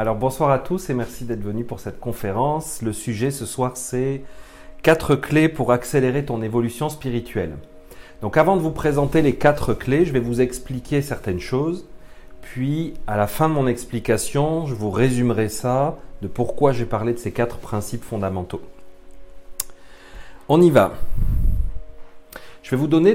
Alors bonsoir à tous et merci d'être venus pour cette conférence. Le sujet ce soir c'est 4 clés pour accélérer ton évolution spirituelle. Donc avant de vous présenter les 4 clés, je vais vous expliquer certaines choses. Puis à la fin de mon explication, je vous résumerai ça de pourquoi j'ai parlé de ces 4 principes fondamentaux. On y va. Je vais vous donner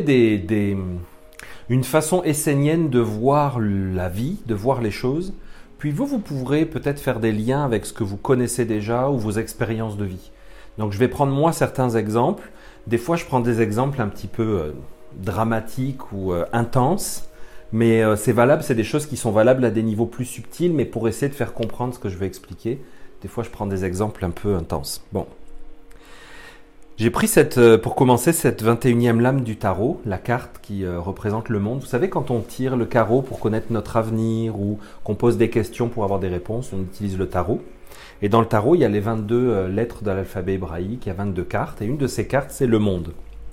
une façon essénienne de voir la vie, de voir les choses. Puis vous pourrez peut-être faire des liens avec ce que vous connaissez déjà ou vos expériences de vie. Donc je vais prendre moi certains exemples. Des fois je prends des exemples un petit peu dramatiques ou intenses. Mais c'est valable, c'est des choses qui sont valables à des niveaux plus subtils. Mais pour essayer de faire comprendre ce que je vais expliquer, des fois je prends des exemples un peu intenses. Bon. J'ai pris pour commencer cette 21e lame du tarot, la carte qui représente le monde. Vous savez, quand on tire le carreau pour connaître notre avenir ou qu'on pose des questions pour avoir des réponses, on utilise le tarot. Et dans le tarot, il y a les 22 lettres de l'alphabet hébraïque, il y a 22 cartes. Et une de ces cartes, c'est le monde.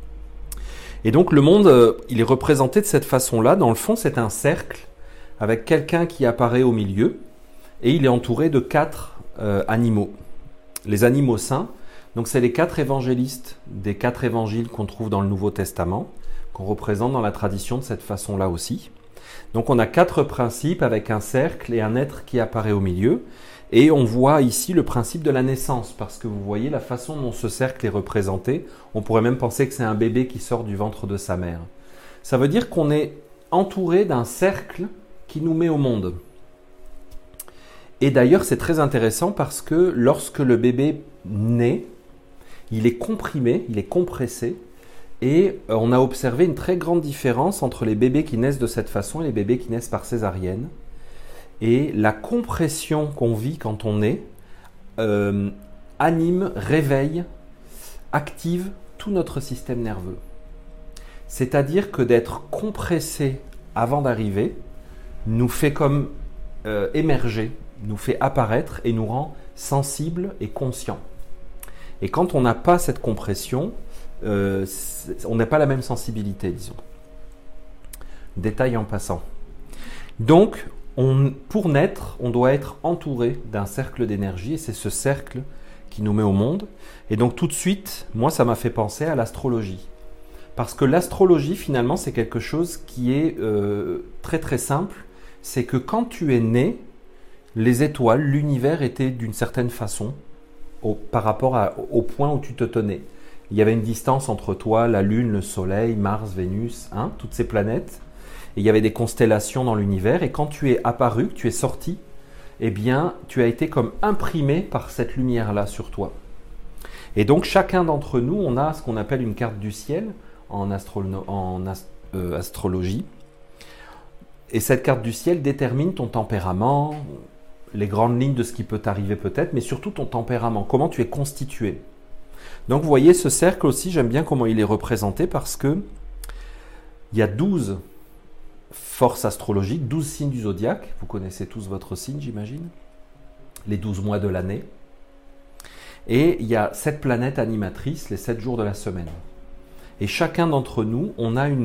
Et donc le monde, il est représenté de cette façon-là. Dans le fond, c'est un cercle avec quelqu'un qui apparaît au milieu. Et il est entouré de 4 animaux. Les animaux saints. Donc c'est les 4 évangélistes des 4 évangiles qu'on trouve dans le Nouveau Testament, qu'on représente dans la tradition de cette façon-là aussi. Donc on a 4 principes avec un cercle et un être qui apparaît au milieu. Et on voit ici le principe de la naissance, parce que vous voyez la façon dont ce cercle est représenté. On pourrait même penser que c'est un bébé qui sort du ventre de sa mère. Ça veut dire qu'on est entouré d'un cercle qui nous met au monde. Et d'ailleurs c'est très intéressant parce que lorsque le bébé naît, il est comprimé, il est compressé et on a observé une très grande différence entre les bébés qui naissent de cette façon et les bébés qui naissent par césarienne. Et la compression qu'on vit quand on naît anime, réveille, active tout notre système nerveux. C'est-à-dire que d'être compressé avant d'arriver nous fait comme émerger, nous fait apparaître et nous rend sensibles et conscients. Et quand on n'a pas cette compression, on n'a pas la même sensibilité, disons. Détail en passant. Donc, pour naître, on doit être entouré d'un cercle d'énergie, et c'est ce cercle qui nous met au monde. Et donc tout de suite, moi, ça m'a fait penser à l'astrologie. Parce que l'astrologie, finalement, c'est quelque chose qui est très très simple. C'est que quand tu es né, les étoiles, l'univers était d'une certaine façon, par rapport au point où tu te tenais. Il y avait une distance entre toi, la Lune, le Soleil, Mars, Vénus, toutes ces planètes. Et il y avait des constellations dans l'univers. Et quand tu es apparu, que tu es sorti, eh bien, tu as été comme imprimé par cette lumière-là sur toi. Et donc, chacun d'entre nous, on a ce qu'on appelle une carte du ciel en astrologie. Et cette carte du ciel détermine ton tempérament, les grandes lignes de ce qui peut t'arriver peut-être, mais surtout ton tempérament, comment tu es constitué. Donc vous voyez ce cercle aussi, j'aime bien comment il est représenté parce que il y a 12 forces astrologiques, 12 signes du zodiaque, vous connaissez tous votre signe j'imagine, les 12 mois de l'année, et il y a 7 planètes animatrices, les 7 jours de la semaine. Et chacun d'entre nous, on a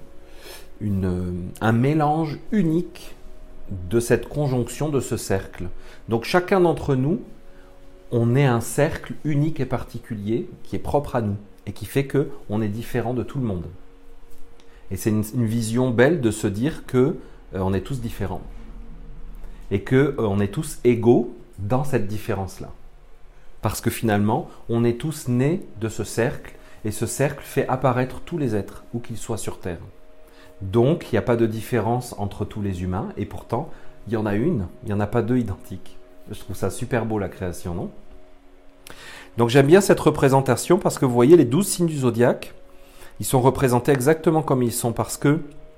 un mélange unique de cette conjonction, de ce cercle. Donc chacun d'entre nous, on est un cercle unique et particulier qui est propre à nous et qui fait qu'on est différent de tout le monde. Et c'est une vision belle de se dire qu'on est tous différents et qu'on est tous égaux dans cette différence-là. Parce que finalement, on est tous nés de ce cercle et ce cercle fait apparaître tous les êtres, où qu'ils soient sur Terre. Donc, il n'y a pas de différence entre tous les humains, et pourtant, il y en a une, il n'y en a pas 2 identiques. Je trouve ça super beau la création, non? Donc j'aime bien cette représentation parce que vous voyez les 12 signes du zodiaque, ils sont représentés exactement comme ils sont parce que,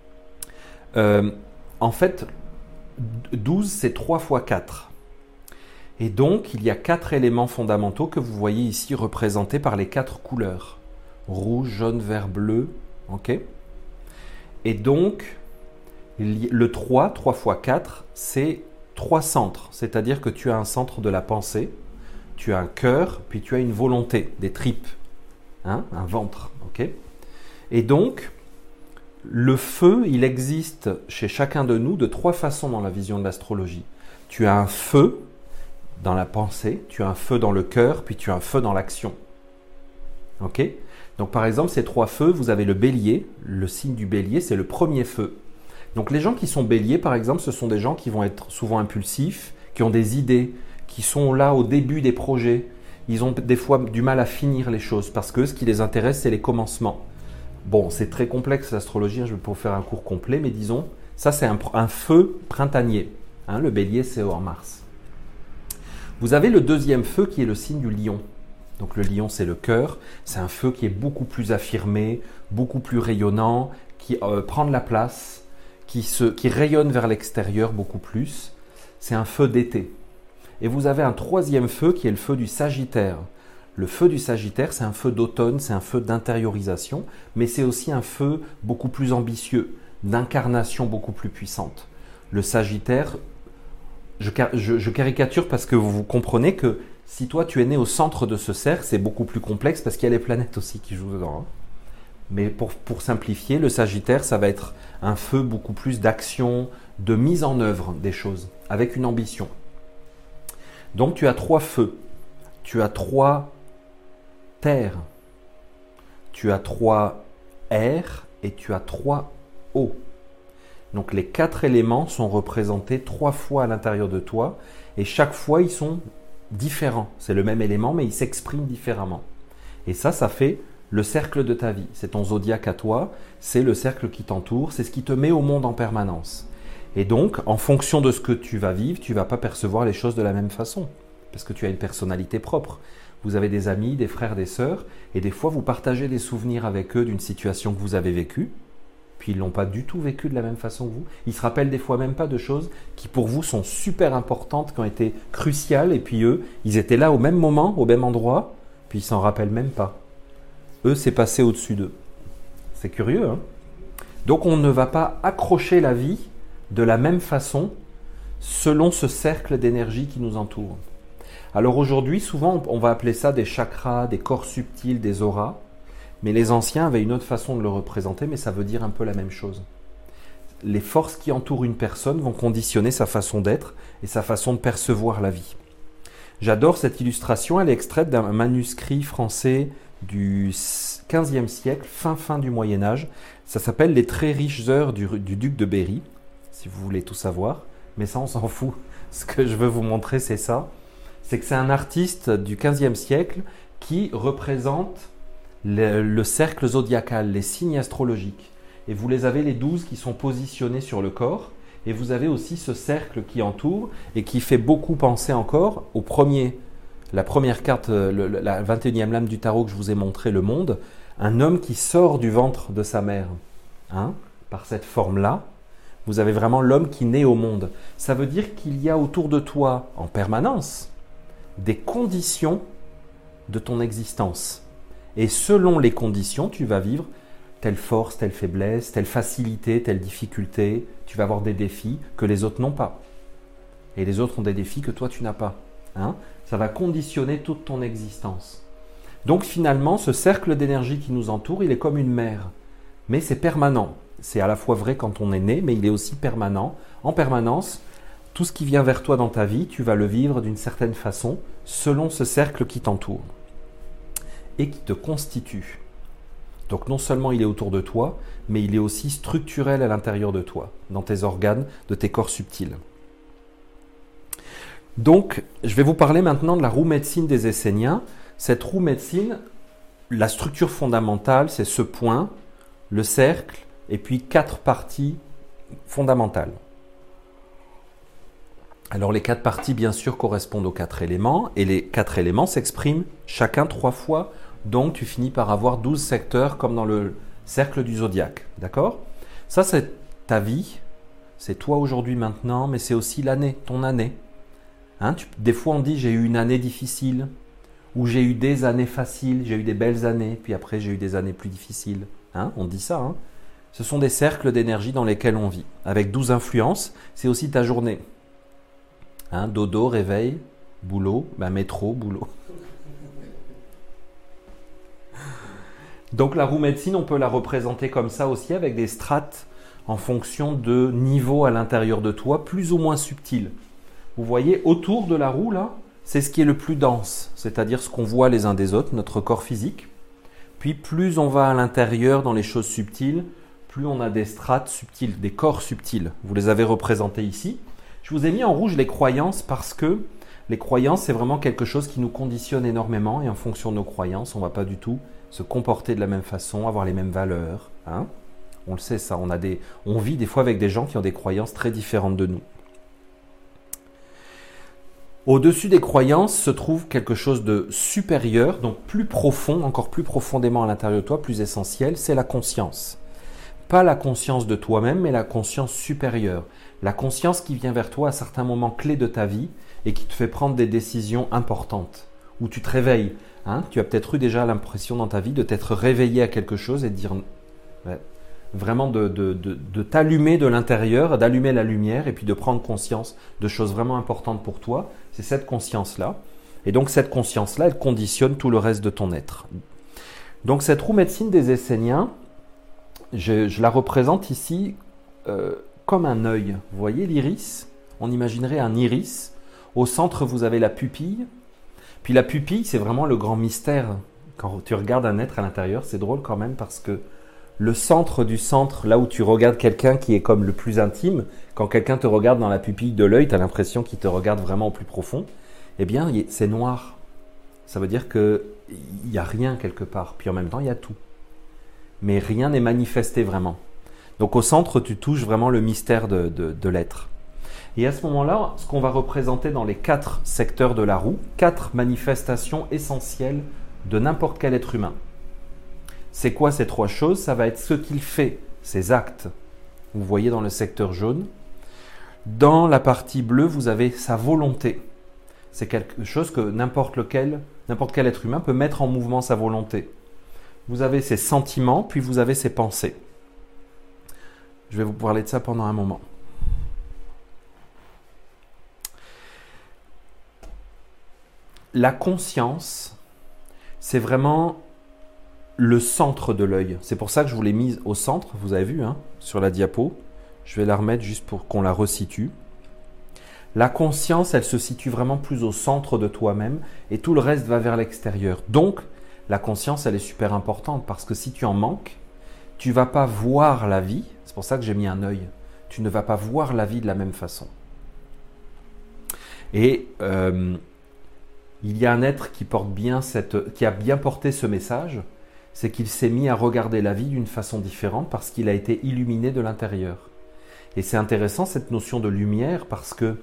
en fait, 12 c'est 3 fois 4. Et donc, il y a 4 éléments fondamentaux que vous voyez ici représentés par les 4 couleurs. Rouge, jaune, vert, bleu, ok? Et donc, le 3 fois 4, c'est 3 centres. C'est-à-dire que tu as un centre de la pensée, tu as un cœur, puis tu as une volonté, des tripes, un ventre. Okay. Et donc, le feu, il existe chez chacun de nous de 3 façons dans la vision de l'astrologie. Tu as un feu dans la pensée, tu as un feu dans le cœur, puis tu as un feu dans l'action. Ok? Donc par exemple, ces 3 feux, vous avez le bélier. Le signe du bélier, c'est le premier feu. Donc les gens qui sont béliers, par exemple, ce sont des gens qui vont être souvent impulsifs, qui ont des idées, qui sont là au début des projets. Ils ont des fois du mal à finir les choses parce que ce qui les intéresse, c'est les commencements. Bon, c'est très complexe l'astrologie, je vais pas vous faire un cours complet, mais disons, ça c'est un feu printanier. Le bélier, c'est en Mars. Vous avez le deuxième feu qui est le signe du lion. Donc le lion, c'est le cœur. C'est un feu qui est beaucoup plus affirmé, beaucoup plus rayonnant, qui prend de la place, qui rayonne vers l'extérieur beaucoup plus. C'est un feu d'été. Et vous avez un troisième feu qui est le feu du Sagittaire. Le feu du Sagittaire, c'est un feu d'automne, c'est un feu d'intériorisation, mais c'est aussi un feu beaucoup plus ambitieux, d'incarnation beaucoup plus puissante. Le Sagittaire, je caricature parce que vous comprenez que si toi tu es né au centre de ce cercle, c'est beaucoup plus complexe parce qu'il y a les planètes aussi qui jouent dedans. Mais pour simplifier, le Sagittaire, ça va être un feu beaucoup plus d'action, de mise en œuvre des choses, avec une ambition. Donc tu as 3 feux, tu as 3 terres, tu as 3 airs et tu as 3 eaux. Donc les 4 éléments sont représentés 3 fois à l'intérieur de toi et chaque fois ils sont différents. C'est le même élément mais ils s'expriment différemment. Et ça fait le cercle de ta vie. C'est ton zodiaque à toi, c'est le cercle qui t'entoure, c'est ce qui te met au monde en permanence. Et donc, en fonction de ce que tu vas vivre, tu ne vas pas percevoir les choses de la même façon. Parce que tu as une personnalité propre. Vous avez des amis, des frères, des sœurs, et des fois vous partagez des souvenirs avec eux d'une situation que vous avez vécue, puis ils ne l'ont pas du tout vécu de la même façon que vous. Ils se rappellent des fois même pas de choses qui pour vous sont super importantes, qui ont été cruciales, et puis eux, ils étaient là au même moment, au même endroit, puis ils s'en rappellent même pas. Eux, c'est passé au-dessus d'eux. C'est curieux, hein? Donc on ne va pas accrocher la vie de la même façon selon ce cercle d'énergie qui nous entoure. Alors aujourd'hui, souvent, on va appeler ça des chakras, des corps subtils, des auras, mais les anciens avaient une autre façon de le représenter, mais ça veut dire un peu la même chose. Les forces qui entourent une personne vont conditionner sa façon d'être et sa façon de percevoir la vie. J'adore cette illustration, elle est extraite d'un manuscrit français du XVe siècle, fin du Moyen-Âge. Ça s'appelle « Les très riches heures du duc de Berry », si vous voulez tout savoir, mais ça on s'en fout. Ce que je veux vous montrer, c'est ça. C'est que c'est un artiste du XVe siècle qui représente le cercle zodiacal, les signes astrologiques. Et vous les avez les 12 qui sont positionnés sur le corps. Et vous avez aussi ce cercle qui entoure et qui fait beaucoup penser encore au premier, la première carte, la 21e lame du tarot que je vous ai montré, le monde. Un homme qui sort du ventre de sa mère. Par cette forme-là, vous avez vraiment l'homme qui naît au monde. Ça veut dire qu'il y a autour de toi, en permanence, des conditions de ton existence. Et selon les conditions, tu vas vivre telle force, telle faiblesse, telle facilité, telle difficulté. Tu vas avoir des défis que les autres n'ont pas. Et les autres ont des défis que toi, tu n'as pas. Ça va conditionner toute ton existence. Donc finalement, ce cercle d'énergie qui nous entoure, il est comme une mer. Mais c'est permanent. C'est à la fois vrai quand on est né, mais il est aussi permanent. En permanence, tout ce qui vient vers toi dans ta vie, tu vas le vivre d'une certaine façon, selon ce cercle qui t'entoure et qui te constitue. Donc non seulement il est autour de toi, mais il est aussi structurel à l'intérieur de toi, dans tes organes, de tes corps subtils. Donc, je vais vous parler maintenant de la roue médecine des Esséniens. Cette roue médecine, la structure fondamentale, c'est ce point, le cercle, et puis 4 parties fondamentales. Alors les 4 parties, bien sûr, correspondent aux 4 éléments, et les 4 éléments s'expriment chacun 3 fois, donc tu finis par avoir 12 secteurs comme dans le cercle du zodiaque. D'accord ? Ça, c'est ta vie, c'est toi aujourd'hui maintenant, mais c'est aussi l'année, ton année. Des fois, on dit j'ai eu une année difficile, ou j'ai eu des années faciles, j'ai eu des belles années, puis après j'ai eu des années plus difficiles. On dit ça. Ce sont des cercles d'énergie dans lesquels on vit. Avec 12 influences, c'est aussi ta journée. Dodo, réveil, boulot, métro, boulot. Donc la roue médecine, on peut la représenter comme ça aussi, avec des strates en fonction de niveau à l'intérieur de toi, plus ou moins subtils. Vous voyez, autour de la roue, là, c'est ce qui est le plus dense, c'est-à-dire ce qu'on voit les uns des autres, notre corps physique. Puis plus on va à l'intérieur dans les choses subtiles, plus on a des strates subtiles, des corps subtils. Vous les avez représentés ici. Je vous ai mis en rouge les croyances parce que les croyances, c'est vraiment quelque chose qui nous conditionne énormément et en fonction de nos croyances, on ne va pas du tout se comporter de la même façon, avoir les mêmes valeurs. Hein. On le sait ça, on vit des fois avec des gens qui ont des croyances très différentes de nous. Au-dessus des croyances se trouve quelque chose de supérieur, donc plus profond, encore plus profondément à l'intérieur de toi, plus essentiel, c'est la conscience. Pas la conscience de toi-même, mais la conscience supérieure. La conscience qui vient vers toi à certains moments clés de ta vie et qui te fait prendre des décisions importantes, où tu te réveilles. Hein, tu as peut-être eu déjà l'impression dans ta vie de t'être réveillé à quelque chose et de dire, ouais, vraiment de t'allumer de l'intérieur, d'allumer la lumière et puis de prendre conscience de choses vraiment importantes pour toi. C'est cette conscience-là. Et donc cette conscience-là, elle conditionne tout le reste de ton être. Donc cette roue médecine des Esséniens, je la représente ici comme un œil. Vous voyez l'iris? On imaginerait un iris. Au centre, vous avez la pupille. Puis la pupille, c'est vraiment le grand mystère. Quand tu regardes un être à l'intérieur, c'est drôle quand même parce que le centre du centre, là où tu regardes quelqu'un qui est comme le plus intime, quand quelqu'un te regarde dans la pupille de l'œil, tu as l'impression qu'il te regarde vraiment au plus profond, eh bien, c'est noir. Ça veut dire qu'il n'y a rien quelque part. Puis en même temps, il y a tout. Mais rien n'est manifesté vraiment. Donc au centre, tu touches vraiment le mystère de l'être. Et à ce moment-là, ce qu'on va représenter dans les 4 secteurs de la roue, 4 manifestations essentielles de n'importe quel être humain. C'est quoi ces 3 choses? Ça va être ce qu'il fait, ses actes. Vous voyez dans le secteur jaune. Dans la partie bleue, vous avez sa volonté. C'est quelque chose que n'importe quel être humain peut mettre en mouvement sa volonté. Vous avez ses sentiments, puis vous avez ses pensées. Je vais vous parler de ça pendant un moment. La conscience, c'est vraiment le centre de l'œil. C'est pour ça que je vous l'ai mise au centre, vous avez vu, hein, sur la diapo. Je vais la remettre juste pour qu'on la resitue. La conscience, elle se situe vraiment plus au centre de toi-même et tout le reste va vers l'extérieur. Donc, la conscience, elle est super importante parce que si tu en manques, tu ne vas pas voir la vie. C'est pour ça que j'ai mis un œil. Tu ne vas pas voir la vie de la même façon. Et il y a un être qui a bien porté ce message, c'est qu'il s'est mis à regarder la vie d'une façon différente parce qu'il a été illuminé de l'intérieur. Et c'est intéressant cette notion de lumière parce que,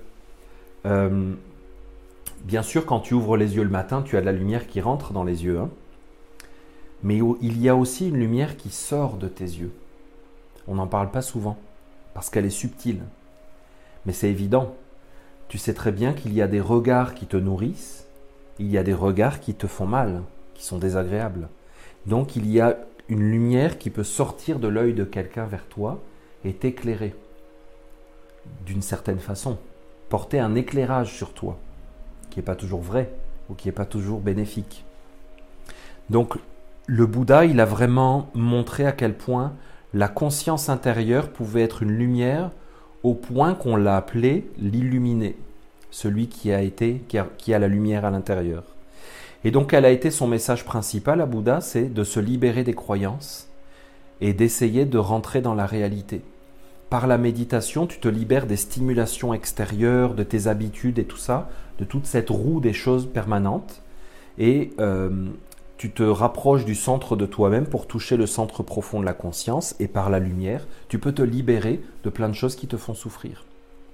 bien sûr, quand tu ouvres les yeux le matin, tu as de la lumière qui rentre dans les yeux. Hein. Mais il y a aussi une lumière qui sort de tes yeux. On n'en parle pas souvent parce qu'elle est subtile. Mais c'est évident. Tu sais très bien qu'il y a des regards qui te nourrissent, il y a des regards qui te font mal, qui sont désagréables. Donc il y a une lumière qui peut sortir de l'œil de quelqu'un vers toi et t'éclairer d'une certaine façon, porter un éclairage sur toi, qui n'est pas toujours vrai ou qui n'est pas toujours bénéfique. Donc le Bouddha, il a vraiment montré à quel point la conscience intérieure pouvait être une lumière au point qu'on l'a appelé l'illuminé, celui qui a la lumière à l'intérieur. Et donc, elle a été son message principal à Bouddha, c'est de se libérer des croyances et d'essayer de rentrer dans la réalité. Par la méditation, tu te libères des stimulations extérieures, de tes habitudes et tout ça, de toute cette roue des choses permanentes, et tu te rapproches du centre de toi-même pour toucher le centre profond de la conscience, et par la lumière, tu peux te libérer de plein de choses qui te font souffrir.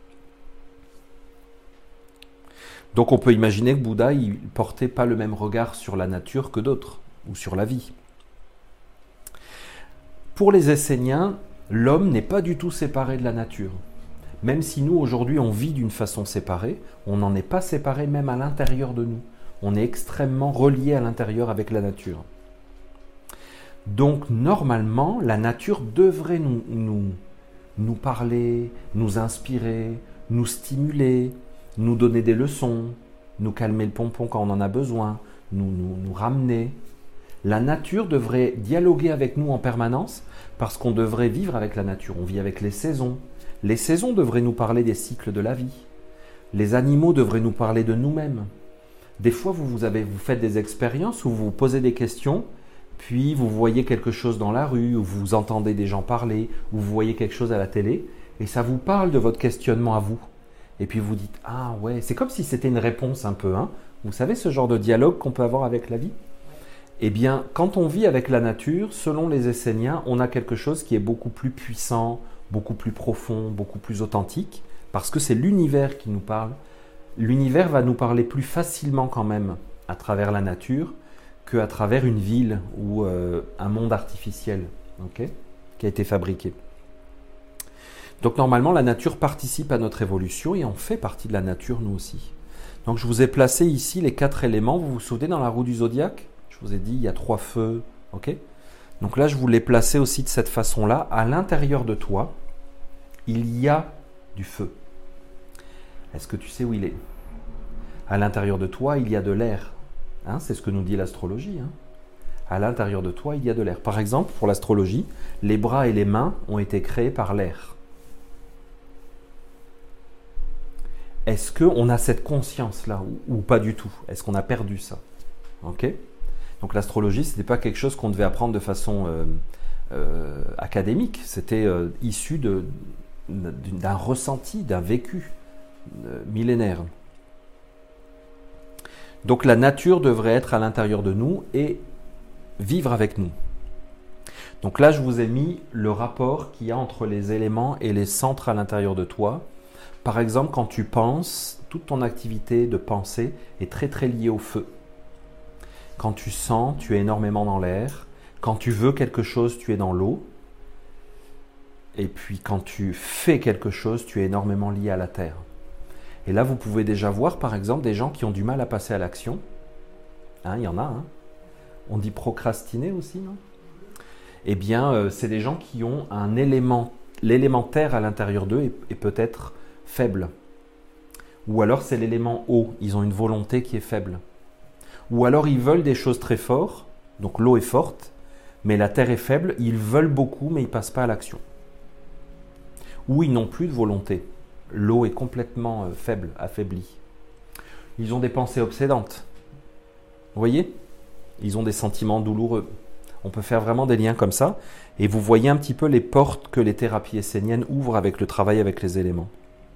Donc on peut imaginer que Bouddha, il ne portait pas le même regard sur la nature que d'autres, ou sur la vie. Pour les Esséniens, l'homme n'est pas du tout séparé de la nature. Même si nous, aujourd'hui, on vit d'une façon séparée, on n'en est pas séparé même à l'intérieur de nous. On est extrêmement relié à l'intérieur avec la nature. Donc normalement, la nature devrait nous parler, nous inspirer, nous stimuler, nous donner des leçons, nous calmer le pompon quand on en a besoin, nous ramener. La nature devrait dialoguer avec nous en permanence parce qu'on devrait vivre avec la nature. On vit avec les saisons. Les saisons devraient nous parler des cycles de la vie. Les animaux devraient nous parler de nous-mêmes. Des fois, vous faites des expériences où vous vous posez des questions, puis vous voyez quelque chose dans la rue, ou vous entendez des gens parler, ou vous voyez quelque chose à la télé, et ça vous parle de votre questionnement à vous. Et puis vous dites, ah ouais, c'est comme si c'était une réponse un peu, hein. Vous savez ce genre de dialogue qu'on peut avoir avec la vie? Eh bien, quand on vit avec la nature, selon les Esséniens, on a quelque chose qui est beaucoup plus puissant, beaucoup plus profond, beaucoup plus authentique, parce que c'est l'univers qui nous parle. L'univers va nous parler plus facilement quand même à travers la nature qu'à travers une ville ou un monde artificiel, okay, qui a été fabriqué. Donc normalement, la nature participe à notre évolution et on fait partie de la nature nous aussi. Donc je vous ai placé ici les 4 éléments. Vous vous souvenez dans la roue du zodiaque? Je vous ai dit, il y a 3 feux. Okay. Donc là, je vous l'ai placé aussi de cette façon-là. À l'intérieur de toi, il y a du feu. Est-ce que tu sais où il est? À l'intérieur de toi, il y a de l'air. Hein, c'est ce que nous dit l'astrologie. Hein. À l'intérieur de toi, il y a de l'air. Par exemple, pour l'astrologie, les bras et les mains ont été créés par l'air. Est-ce qu'on a cette conscience-là ou pas du tout? Est-ce qu'on a perdu ça? Okay. Donc l'astrologie, ce n'était pas quelque chose qu'on devait apprendre de façon académique. C'était issu d'un ressenti, d'un vécu millénaire. Donc la nature devrait être à l'intérieur de nous et vivre avec nous. Donc là, je vous ai mis le rapport qu'il y a entre les éléments et les centres à l'intérieur de toi. Par exemple, quand tu penses, toute ton activité de pensée est très très liée au feu. Quand tu sens, tu es énormément dans l'air. Quand tu veux quelque chose, tu es dans l'eau. Et puis quand tu fais quelque chose, tu es énormément lié à la terre. Et là, vous pouvez déjà voir, par exemple, des gens qui ont du mal à passer à l'action. Hein, il y en a. Hein. On dit procrastiner aussi, non? Eh bien, c'est des gens qui ont un élément, l'élémentaire à l'intérieur d'eux est peut-être faible. Ou alors c'est l'élément eau, ils ont une volonté qui est faible. Ou alors ils veulent des choses très fortes, donc l'eau est forte, mais la terre est faible, ils veulent beaucoup mais ils ne passent pas à l'action. Ou ils n'ont plus de volonté, l'eau est complètement faible, affaiblie. Ils ont des pensées obsédantes, vous voyez? Ils ont des sentiments douloureux. On peut faire vraiment des liens comme ça, et vous voyez un petit peu les portes que les thérapies esséniennes ouvrent avec le travail avec les éléments.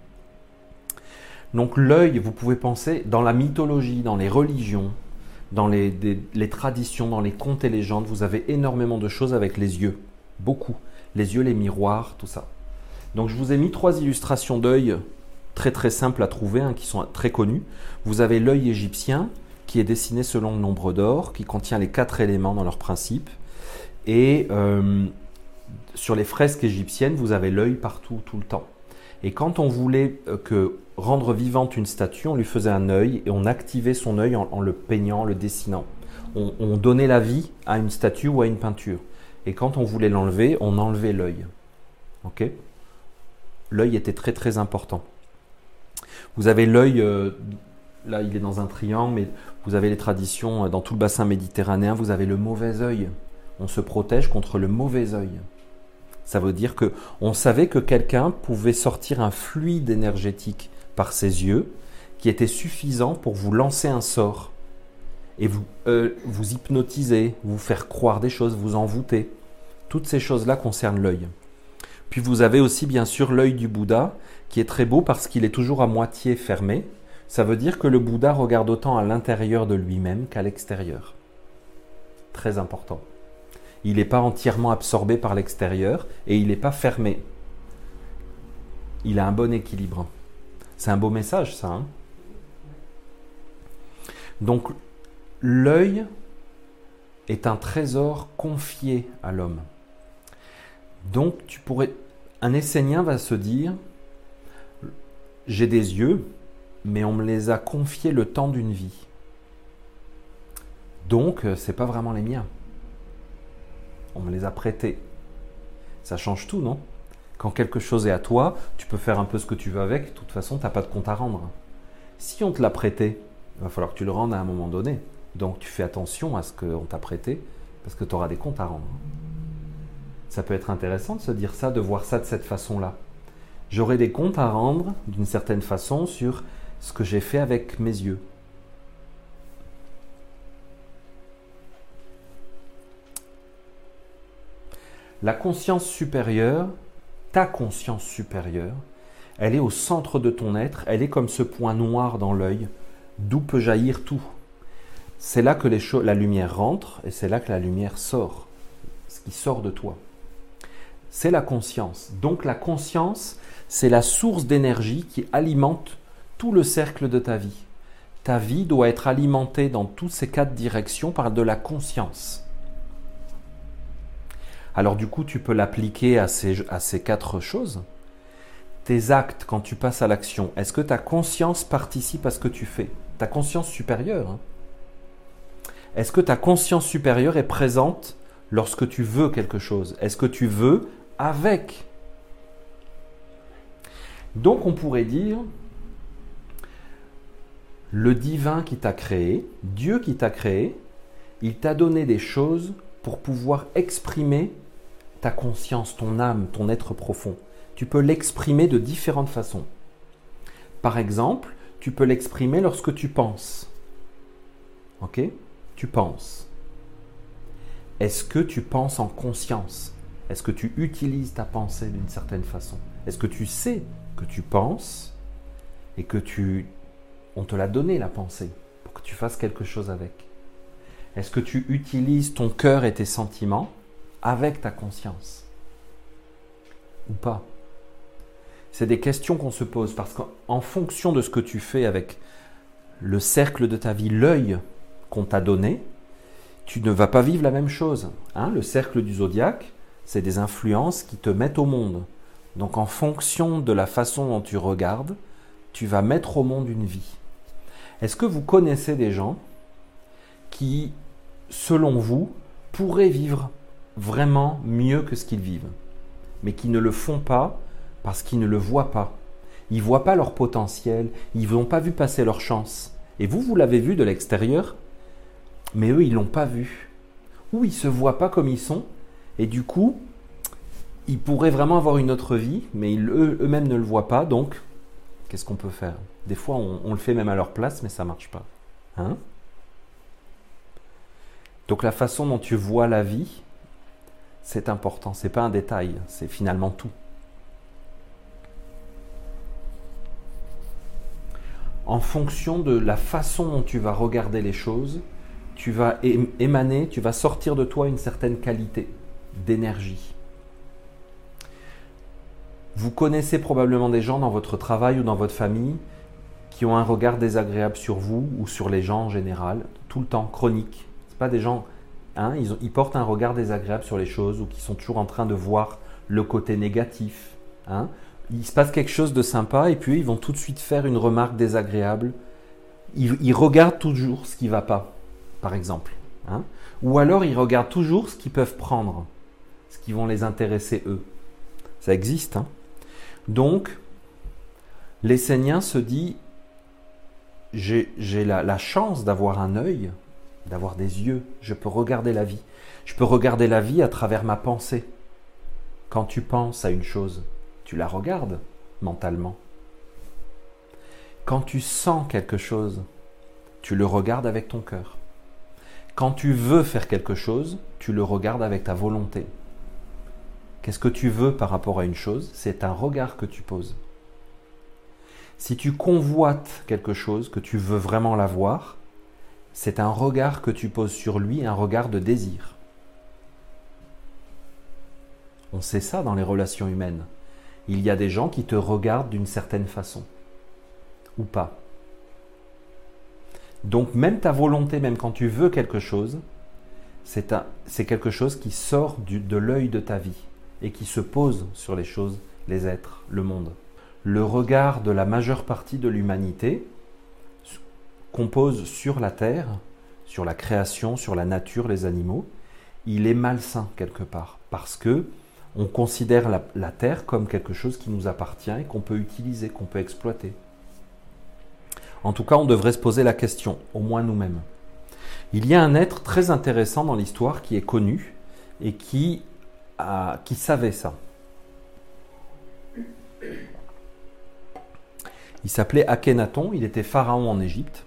Donc l'œil, vous pouvez penser, dans la mythologie, dans les religions, dans les traditions, dans les contes et légendes, vous avez énormément de choses avec les yeux. Beaucoup. Les yeux, les miroirs, tout ça. Donc je vous ai mis 3 illustrations d'œil très très simples à trouver, hein, qui sont très connues. Vous avez l'œil égyptien, qui est dessiné selon le nombre d'or, qui contient les 4 éléments dans leur principe. Et sur les fresques égyptiennes, vous avez l'œil partout, tout le temps. Et quand on voulait rendre vivante une statue, on lui faisait un œil et on activait son œil en le peignant, en le dessinant. On donnait la vie à une statue ou à une peinture. Et quand on voulait l'enlever, on enlevait l'œil. Okay. L'œil était très très important. Vous avez l'œil, là il est dans un triangle, mais vous avez les traditions dans tout le bassin méditerranéen, vous avez le mauvais œil. On se protège contre le mauvais œil. Ça veut dire qu'on savait que quelqu'un pouvait sortir un fluide énergétique par ses yeux qui était suffisant pour vous lancer un sort et vous hypnotiser, vous faire croire des choses, vous envoûter. Toutes ces choses-là concernent l'œil. Puis vous avez aussi bien sûr l'œil du Bouddha qui est très beau parce qu'il est toujours à moitié fermé. Ça veut dire que le Bouddha regarde autant à l'intérieur de lui-même qu'à l'extérieur. Très important. Il n'est pas entièrement absorbé par l'extérieur et il n'est pas fermé. Il a un bon équilibre. C'est un beau message, ça. Hein. Donc, l'œil est un trésor confié à l'homme. Donc, un Essénien va se dire, j'ai des yeux, mais on me les a confiés le temps d'une vie. Donc, ce n'est pas vraiment les miens. On me les a prêtés. Ça change tout, non? Quand quelque chose est à toi, tu peux faire un peu ce que tu veux avec. De toute façon, tu n'as pas de compte à rendre. Si on te l'a prêté, il va falloir que tu le rendes à un moment donné. Donc, tu fais attention à ce qu'on t'a prêté parce que tu auras des comptes à rendre. Ça peut être intéressant de se dire ça, de voir ça de cette façon-là. J'aurai des comptes à rendre d'une certaine façon sur ce que j'ai fait avec mes yeux. La conscience supérieure, ta conscience supérieure, elle est au centre de ton être, elle est comme ce point noir dans l'œil, d'où peut jaillir tout. C'est là que la lumière rentre et c'est là que la lumière sort, ce qui sort de toi. C'est la conscience. Donc la conscience, c'est la source d'énergie qui alimente tout le cercle de ta vie. Ta vie doit être alimentée dans toutes ces 4 directions par de la conscience. Alors du coup, tu peux l'appliquer à ces 4 choses. Tes actes, quand tu passes à l'action, est-ce que ta conscience participe à ce que tu fais? Ta conscience supérieure. Hein? Est-ce que ta conscience supérieure est présente lorsque tu veux quelque chose? Est-ce que tu veux avec? Donc on pourrait dire, le divin qui t'a créé, Dieu qui t'a créé, il t'a donné des choses pour pouvoir exprimer ta conscience, ton âme, ton être profond. Tu peux l'exprimer de différentes façons. Par exemple, tu peux l'exprimer lorsque tu penses. Ok? Tu penses. Est-ce que tu penses en conscience? Est-ce que tu utilises ta pensée d'une certaine façon? Est-ce que tu sais que tu penses et que on te l'a donné la pensée pour que tu fasses quelque chose avec? Est-ce que tu utilises ton cœur et tes sentiments avec ta conscience? Ou pas? C'est des questions qu'on se pose parce qu'en fonction de ce que tu fais avec le cercle de ta vie, l'œil qu'on t'a donné, tu ne vas pas vivre la même chose. Hein? Le cercle du zodiaque, c'est des influences qui te mettent au monde. Donc en fonction de la façon dont tu regardes, tu vas mettre au monde une vie. Est-ce que vous connaissez des gens qui, selon vous, pourraient vivre vraiment mieux que ce qu'ils vivent, mais qui ne le font pas parce qu'ils ne le voient pas? Ils ne voient pas leur potentiel, ils n'ont pas vu passer leur chance. Et vous l'avez vu de l'extérieur, mais eux, ils ne l'ont pas vu. Ou ils ne se voient pas comme ils sont, et du coup, ils pourraient vraiment avoir une autre vie, mais eux-mêmes ne le voient pas, donc qu'est-ce qu'on peut faire? Des fois, on le fait même à leur place, mais ça ne marche pas. Hein? Donc la façon dont tu vois la vie, c'est important, ce n'est pas un détail, c'est finalement tout. En fonction de la façon dont tu vas regarder les choses, tu vas émaner, tu vas sortir de toi une certaine qualité d'énergie. Vous connaissez probablement des gens dans votre travail ou dans votre famille qui ont un regard désagréable sur vous ou sur les gens en général, tout le temps, chronique. Ce pas des gens, hein, ils portent un regard désagréable sur les choses ou qui sont toujours en train de voir le côté négatif. Hein. Il se passe quelque chose de sympa et puis ils vont tout de suite faire une remarque désagréable. Ils regardent toujours ce qui ne va pas, par exemple. Hein. Ou alors ils regardent toujours ce qu'ils peuvent prendre, ce qui vont les intéresser eux. Ça existe. Hein. Donc, l'Essénien se dit, j'ai la chance d'avoir un œil, d'avoir des yeux, je peux regarder la vie. Je peux regarder la vie à travers ma pensée. Quand tu penses à une chose, tu la regardes mentalement. Quand tu sens quelque chose, tu le regardes avec ton cœur. Quand tu veux faire quelque chose, tu le regardes avec ta volonté. Qu'est-ce que tu veux par rapport à une chose? C'est un regard que tu poses. Si tu convoites quelque chose, que tu veux vraiment l'avoir, c'est un regard que tu poses sur lui, un regard de désir. On sait ça dans les relations humaines. Il y a des gens qui te regardent d'une certaine façon, ou pas. Donc même ta volonté, même quand tu veux quelque chose, c'est quelque chose qui sort de l'œil de ta vie et qui se pose sur les choses, les êtres, le monde. Le regard de la majeure partie de l'humanité qu'on pose sur la terre, sur la création, sur la nature, les animaux, il est malsain quelque part parce que on considère la terre comme quelque chose qui nous appartient et qu'on peut utiliser, qu'on peut exploiter. En tout cas, on devrait se poser la question, au moins nous-mêmes. Il y a un être très intéressant dans l'histoire qui est connu et qui savait ça. Il s'appelait Akhenaton, il était pharaon en Égypte.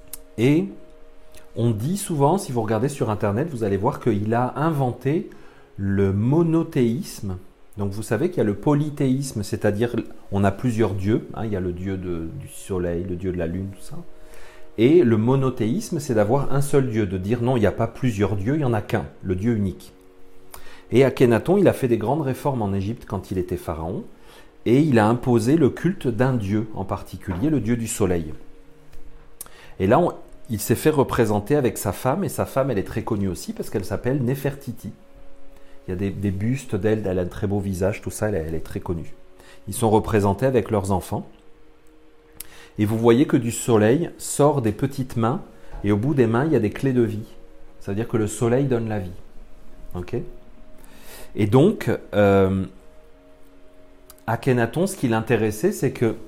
Et on dit souvent, si vous regardez sur Internet, vous allez voir qu'il a inventé le monothéisme. Donc vous savez qu'il y a le polythéisme, c'est-à-dire on a plusieurs dieux, il y a le dieu du soleil, le dieu de la lune, tout ça. Et le monothéisme, c'est d'avoir un seul dieu, de dire non, il n'y a pas plusieurs dieux, il n'y en a qu'un, le dieu unique. Et Akhenaton, il a fait des grandes réformes en Égypte quand il était pharaon, et il a imposé le culte d'un dieu en particulier, le dieu du soleil. Et là, il s'est fait représenter avec sa femme, et sa femme, elle est très connue aussi parce qu'elle s'appelle Néfertiti. Il y a des bustes d'elle, elle a un très beau visage, tout ça, elle est très connue. Ils sont représentés avec leurs enfants. Et vous voyez que du soleil sort des petites mains, et au bout des mains, il y a des clés de vie. Ça veut dire que le soleil donne la vie. Ok ? Et donc, Akhenaton, ce qui l'intéressait, c'est que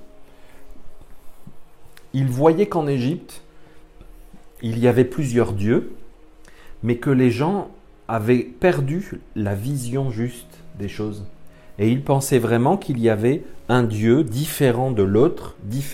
il voyait qu'en Égypte, il y avait plusieurs dieux, mais que les gens avaient perdu la vision juste des choses. Et il pensait vraiment qu'il y avait un Dieu différent de l'autre.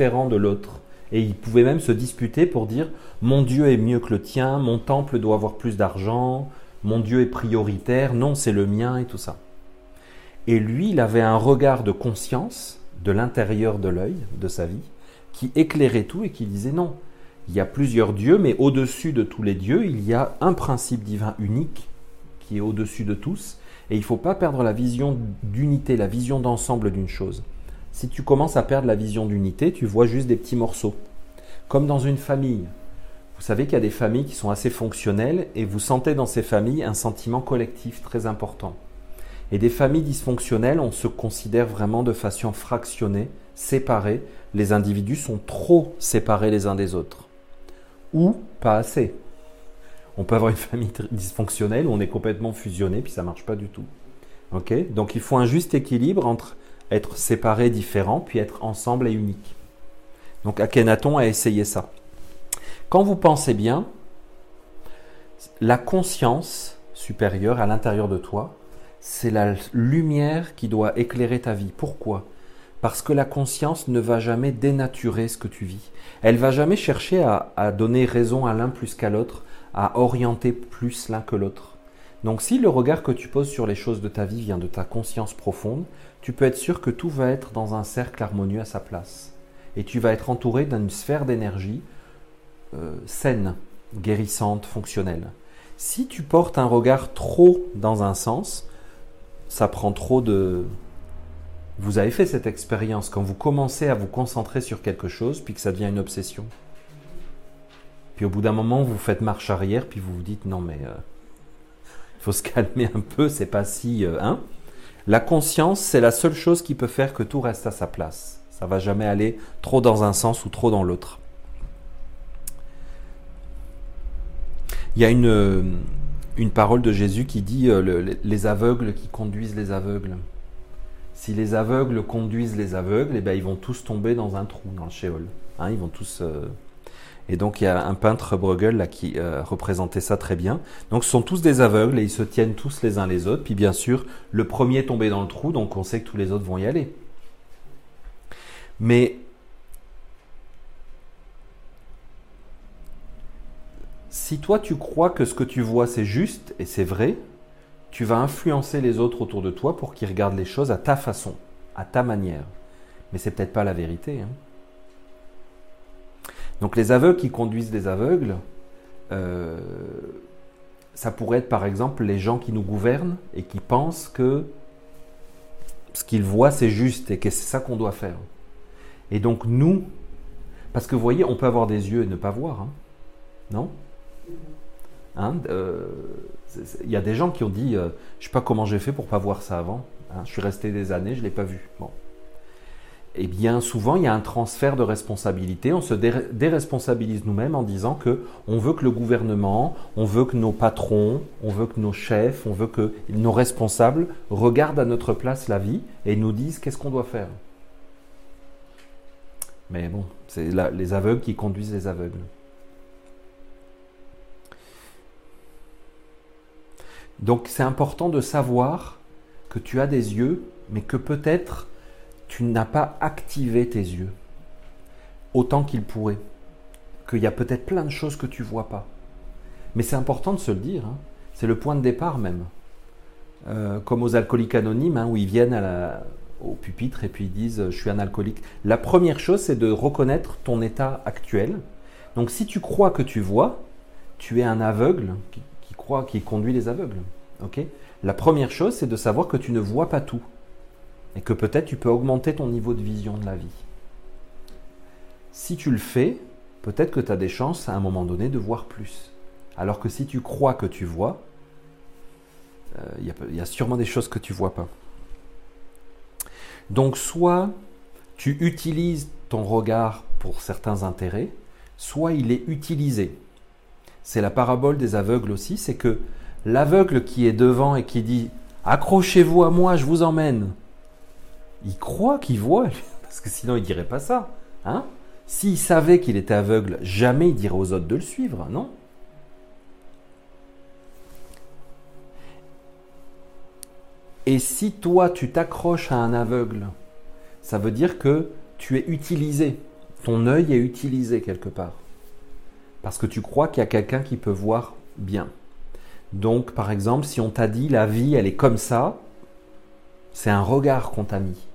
Et il pouvait même se disputer pour dire « Mon Dieu est mieux que le tien, mon temple doit avoir plus d'argent, mon Dieu est prioritaire, non, c'est le mien » et tout ça. Et lui, il avait un regard de conscience de l'intérieur de l'œil, de sa vie, qui éclairait tout et qui disait « Non, il y a plusieurs dieux, mais au-dessus de tous les dieux, il y a un principe divin unique qui est au-dessus de tous. Et il ne faut pas perdre la vision d'unité, la vision d'ensemble d'une chose. Si tu commences à perdre la vision d'unité, tu vois juste des petits morceaux. Comme dans une famille. Vous savez qu'il y a des familles qui sont assez fonctionnelles et vous sentez dans ces familles un sentiment collectif très important. Et des familles dysfonctionnelles, on se considère vraiment de façon fractionnée, séparée. Les individus sont trop séparés les uns des autres. Ou pas assez. On peut avoir une famille dysfonctionnelle où on est complètement fusionné, puis ça ne marche pas du tout. Okay ? Donc il faut un juste équilibre entre être séparés, différents, puis être ensemble et unique. Donc Akhenaton a essayé ça. Quand vous pensez bien, la conscience supérieure à l'intérieur de toi, c'est la lumière qui doit éclairer ta vie. Pourquoi ? Parce que la conscience ne va jamais dénaturer ce que tu vis. Elle ne va jamais chercher à donner raison à l'un plus qu'à l'autre, à orienter plus l'un que l'autre. Donc si le regard que tu poses sur les choses de ta vie vient de ta conscience profonde, tu peux être sûr que tout va être dans un cercle harmonieux à sa place. Et tu vas être entouré d'une sphère d'énergie saine, guérissante, fonctionnelle. Si tu portes un regard trop dans un sens, ça prend trop de... Vous avez fait cette expérience quand vous commencez à vous concentrer sur quelque chose, puis que ça devient une obsession. Puis au bout d'un moment, vous faites marche arrière, puis vous vous dites non mais il faut se calmer un peu, c'est pas si... La conscience, c'est la seule chose qui peut faire que tout reste à sa place. Ça va jamais aller trop dans un sens ou trop dans l'autre. Il y a une parole de Jésus qui dit les aveugles qui conduisent les aveugles. Si les aveugles conduisent les aveugles, eh ben, ils vont tous tomber dans un trou, dans le Sheol. Ils vont tous... Et donc il y a un peintre Bruegel là, qui représentait ça très bien. Donc ce sont tous des aveugles et ils se tiennent tous les uns les autres. Puis bien sûr, le premier est tombé dans le trou, donc on sait que tous les autres vont y aller. Mais si toi tu crois que ce que tu vois c'est juste et c'est vrai, tu vas influencer les autres autour de toi pour qu'ils regardent les choses à ta façon, à ta manière. Mais c'est peut-être pas la vérité. Donc les aveugles qui conduisent les aveugles, ça pourrait être par exemple les gens qui nous gouvernent et qui pensent que ce qu'ils voient c'est juste et que c'est ça qu'on doit faire. Et donc nous, parce que vous voyez, on peut avoir des yeux et ne pas voir, non ? Il y a des gens qui ont dit je ne sais pas comment j'ai fait pour ne pas voir ça avant, je suis resté des années, je ne l'ai pas vu. Bon. Eh bien, souvent, il y a un transfert de responsabilité. On se déresponsabilise nous-mêmes en disant qu'on veut que le gouvernement, on veut que nos patrons, on veut que nos chefs, on veut que nos responsables regardent à notre place la vie et nous disent qu'est-ce qu'on doit faire. Mais bon, c'est les aveugles qui conduisent les aveugles. Donc, c'est important de savoir que tu as des yeux, mais que peut-être tu n'as pas activé tes yeux autant qu'il pourrait. Qu'il y a peut-être plein de choses que tu ne vois pas. Mais c'est important de se le dire. C'est le point de départ même. comme aux alcooliques anonymes, où ils viennent au pupitre et puis ils disent « je suis un alcoolique ». La première chose, c'est de reconnaître ton état actuel. Donc si tu crois que tu vois, tu es un aveugle qui conduit les aveugles. Okay. La première chose, c'est de savoir que tu ne vois pas tout et que peut-être tu peux augmenter ton niveau de vision de la vie. Si tu le fais, peut-être que tu as des chances à un moment donné de voir plus. Alors que si tu crois que tu vois, il y a sûrement des choses que tu ne vois pas. Donc soit tu utilises ton regard pour certains intérêts, soit il est utilisé. C'est la parabole des aveugles aussi, c'est que l'aveugle qui est devant et qui dit « accrochez-vous à moi, je vous emmène », il croit qu'il voit, parce que sinon il ne dirait pas ça. Hein? S'il savait qu'il était aveugle, jamais il dirait aux autres de le suivre, non? Et si toi tu t'accroches à un aveugle, ça veut dire que tu es utilisé, ton œil est utilisé quelque part. Parce que tu crois qu'il y a quelqu'un qui peut voir bien. Donc, par exemple, si on t'a dit la vie, elle est comme ça, c'est un regard qu'on t'a mis.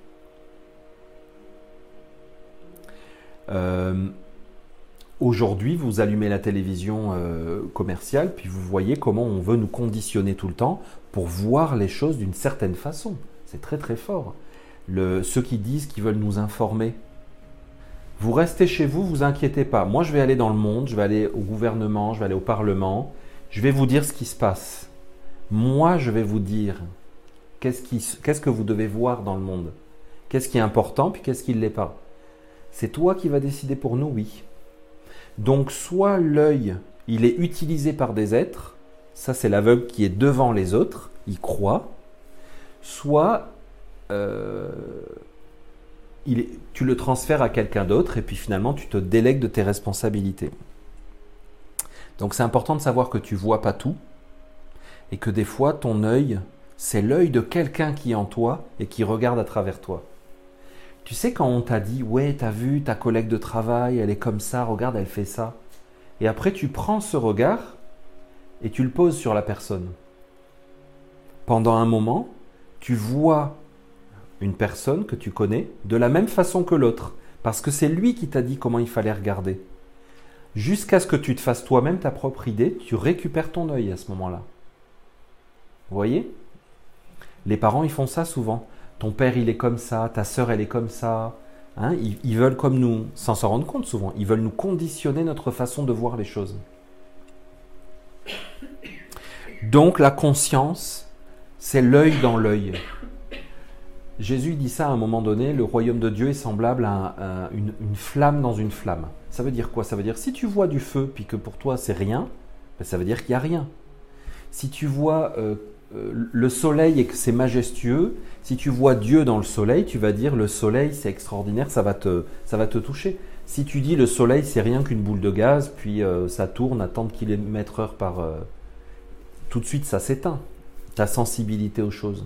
Aujourd'hui, vous allumez la télévision commerciale, puis vous voyez comment on veut nous conditionner tout le temps pour voir les choses d'une certaine façon. C'est très très fort. Ceux qui disent qu'ils veulent nous informer, vous restez chez vous, vous inquiétez pas. Moi, je vais aller dans le monde, je vais aller au gouvernement, je vais aller au Parlement, je vais vous dire ce qui se passe. Moi, je vais vous dire qu'est-ce que vous devez voir dans le monde. Qu'est-ce qui est important, puis qu'est-ce qui ne l'est pas. C'est toi qui vas décider pour nous, oui. Donc, soit l'œil, il est utilisé par des êtres, ça c'est l'aveugle qui est devant les autres, il croit, soit tu le transfères à quelqu'un d'autre et puis finalement tu te délègues de tes responsabilités. Donc c'est important de savoir que tu ne vois pas tout et que des fois ton œil, c'est l'œil de quelqu'un qui est en toi et qui regarde à travers toi. Tu sais quand on t'a dit « ouais, t'as vu ta collègue de travail, elle est comme ça, regarde, elle fait ça ». Et après tu prends ce regard et tu le poses sur la personne. Pendant un moment, tu vois une personne que tu connais de la même façon que l'autre, parce que c'est lui qui t'a dit comment il fallait regarder. Jusqu'à ce que tu te fasses toi-même ta propre idée, tu récupères ton œil à ce moment-là. Vous voyez? Les parents, ils font ça souvent. Ton père, il est comme ça, ta sœur, elle est comme ça. Hein, ils veulent comme nous, sans s'en rendre compte souvent, ils veulent nous conditionner notre façon de voir les choses. Donc la conscience, c'est l'œil dans l'œil. Jésus dit ça à un moment donné, le royaume de Dieu est semblable à une flamme dans une flamme. Ça veut dire quoi? Ça veut dire si tu vois du feu puis que pour toi c'est rien, ben ça veut dire qu'il n'y a rien. Si tu vois le soleil et que c'est majestueux, si tu vois Dieu dans le soleil, tu vas dire le soleil c'est extraordinaire, ça va te toucher. Si tu dis le soleil c'est rien qu'une boule de gaz, puis ça tourne à tant de km/h par... tout de suite ça s'éteint, ta sensibilité aux choses.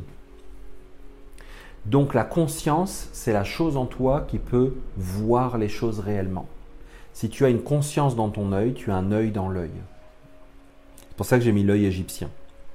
Donc la conscience, c'est la chose en toi qui peut voir les choses réellement. Si tu as une conscience dans ton œil, tu as un œil dans l'œil. C'est pour ça que j'ai mis l'œil égyptien.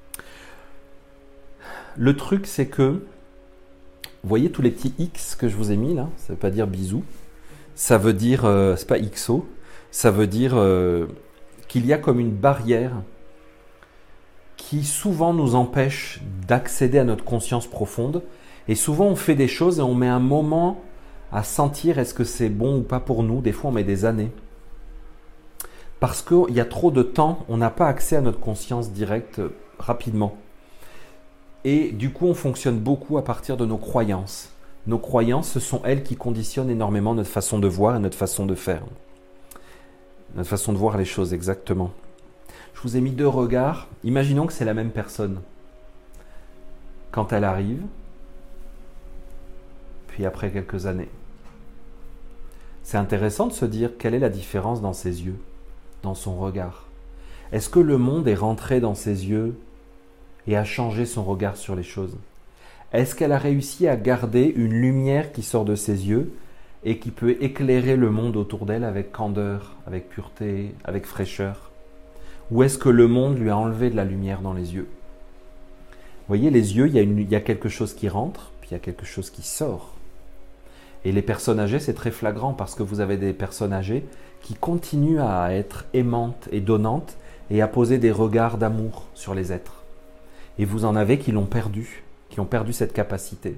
Le truc, c'est que, vous voyez tous les petits X que je vous ai mis là, ça ne veut pas dire bisous, ça veut dire, c'est pas XO, ça veut dire qu'il y a comme une barrière qui souvent nous empêche d'accéder à notre conscience profonde. Et souvent, on fait des choses et on met un moment à sentir est-ce que c'est bon ou pas pour nous. Des fois, on met des années. Parce qu'il y a trop de temps, on n'a pas accès à notre conscience directe rapidement. Et du coup, on fonctionne beaucoup à partir de nos croyances. Nos croyances, ce sont elles qui conditionnent énormément notre façon de voir et notre façon de faire. Notre façon de voir les choses, exactement. Je vous ai mis deux regards. Imaginons que c'est la même personne. Quand elle arrive, puis après quelques années. C'est intéressant de se dire quelle est la différence dans ses yeux, dans son regard. Est-ce que le monde est rentré dans ses yeux et a changé son regard sur les choses? Est-ce qu'elle a réussi à garder une lumière qui sort de ses yeux et qui peut éclairer le monde autour d'elle avec candeur, avec pureté, avec fraîcheur? Ou est-ce que le monde lui a enlevé de la lumière dans les yeux? voyez, les yeux, il y a quelque chose qui rentre, puis il y a quelque chose qui sort. Et les personnes âgées, c'est très flagrant parce que vous avez des personnes âgées qui continuent à être aimantes et donnantes et à poser des regards d'amour sur les êtres. Et vous en avez qui l'ont perdu, qui ont perdu cette capacité.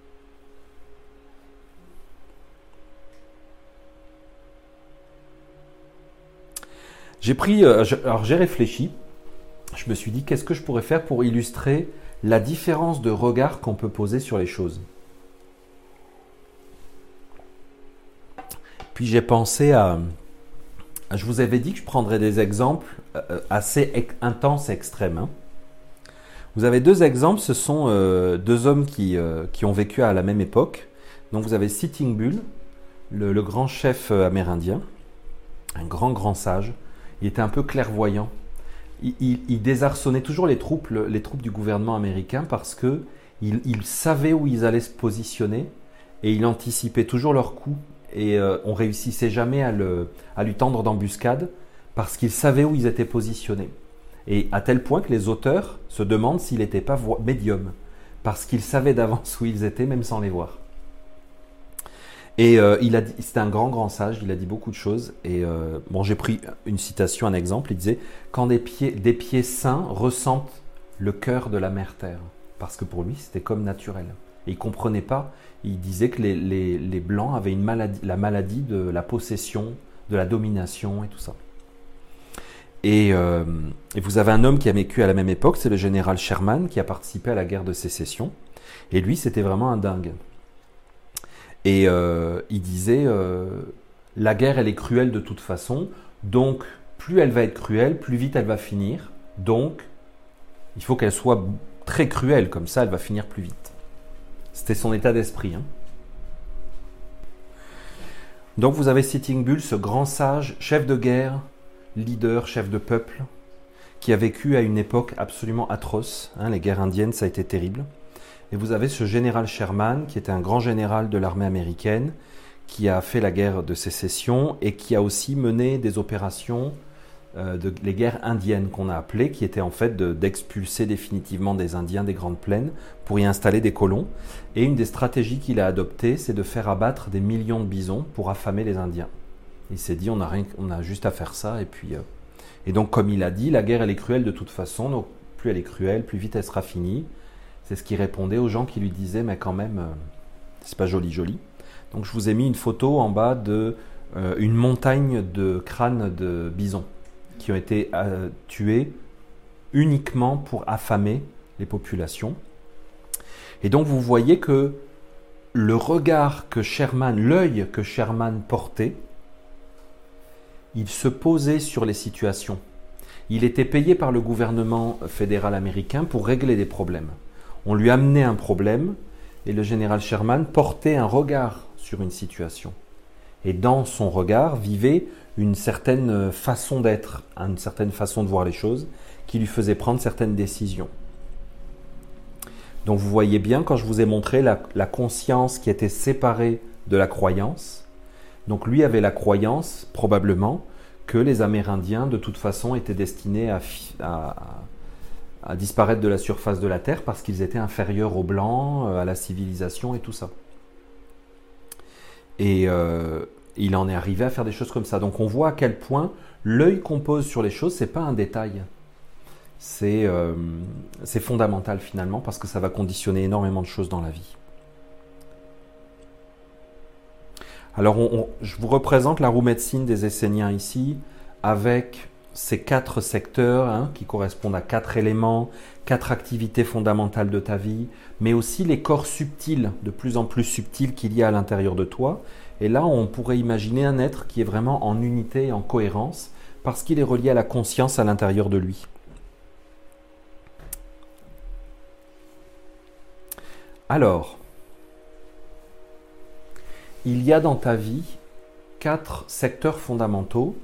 J'ai réfléchi, je me suis dit qu'est-ce que je pourrais faire pour illustrer la différence de regard qu'on peut poser sur les choses. Puis j'ai pensé je vous avais dit que je prendrais des exemples assez intenses et extrêmes. Hein. Vous avez deux exemples, ce sont deux hommes qui ont vécu à la même époque. Donc vous avez Sitting Bull, le grand chef amérindien, un grand sage. Il était un peu clairvoyant. Il désarçonnait toujours les troupes du gouvernement américain parce que il savait où ils allaient se positionner et il anticipait toujours leurs coups. Et on réussissait jamais à lui tendre d'embuscade parce qu'il savait où ils étaient positionnés. Et à tel point que les auteurs se demandent s'il n'était pas médium, parce qu'il savait d'avance où ils étaient, même sans les voir. Et c'était un grand sage, il a dit beaucoup de choses. Et j'ai pris une citation, un exemple, il disait « Quand des pieds sains ressentent le cœur de la mère terre », parce que pour lui, c'était comme naturel. Et il ne comprenait pas, il disait que les Blancs avaient la maladie de la possession, de la domination et tout ça. Et vous avez un homme qui a vécu à la même époque, c'est le général Sherman, qui a participé à la guerre de sécession. Et lui, c'était vraiment un dingue. Et il disait, la guerre, elle est cruelle de toute façon, donc plus elle va être cruelle, plus vite elle va finir. Donc, il faut qu'elle soit très cruelle, comme ça elle va finir plus vite. C'était son état d'esprit. Hein. Donc vous avez Sitting Bull, ce grand sage, chef de guerre, leader, chef de peuple, qui a vécu à une époque absolument atroce. Hein, les guerres indiennes, ça a été terrible. Et vous avez ce général Sherman, qui était un grand général de l'armée américaine, qui a fait la guerre de sécession et qui a aussi mené des opérations, les guerres indiennes qu'on a appelées, qui étaient en fait d'expulser définitivement des Indiens des Grandes Plaines pour y installer des colons. Et une des stratégies qu'il a adoptées, c'est de faire abattre des millions de bisons pour affamer les Indiens. Il s'est dit, on a juste à faire ça. Et donc, comme il a dit, la guerre, elle est cruelle de toute façon. Donc, plus elle est cruelle, plus vite elle sera finie. C'est ce qu'il répondait aux gens qui lui disaient, mais quand même, c'est pas joli. Donc, je vous ai mis une photo en bas une montagne de crânes de bisons qui ont été tués uniquement pour affamer les populations. Et donc, vous voyez que le regard l'œil que Sherman portait, il se posait sur les situations. Il était payé par le gouvernement fédéral américain pour régler des problèmes. On lui amenait un problème et le général Sherman portait un regard sur une situation. Et dans son regard vivait une certaine façon d'être, une certaine façon de voir les choses qui lui faisait prendre certaines décisions. Donc vous voyez bien quand je vous ai montré la conscience qui était séparée de la croyance. Donc lui avait la croyance, probablement, que les Amérindiens, de toute façon, étaient destinés à disparaître de la surface de la Terre parce qu'ils étaient inférieurs aux Blancs, à la civilisation et tout ça. Et il en est arrivé à faire des choses comme ça. Donc on voit à quel point l'œil qu'on pose sur les choses, ce n'est pas un détail. C'est fondamental finalement parce que ça va conditionner énormément de choses dans la vie. Alors, je vous représente la roue médecine des Esséniens ici, avec ces 4 secteurs qui correspondent à 4 éléments, 4 activités fondamentales de ta vie, mais aussi les corps subtils, de plus en plus subtils qu'il y a à l'intérieur de toi. Et là, on pourrait imaginer un être qui est vraiment en unité, en cohérence, parce qu'il est relié à la conscience à l'intérieur de lui. Alors, il y a dans ta vie 4 secteurs fondamentaux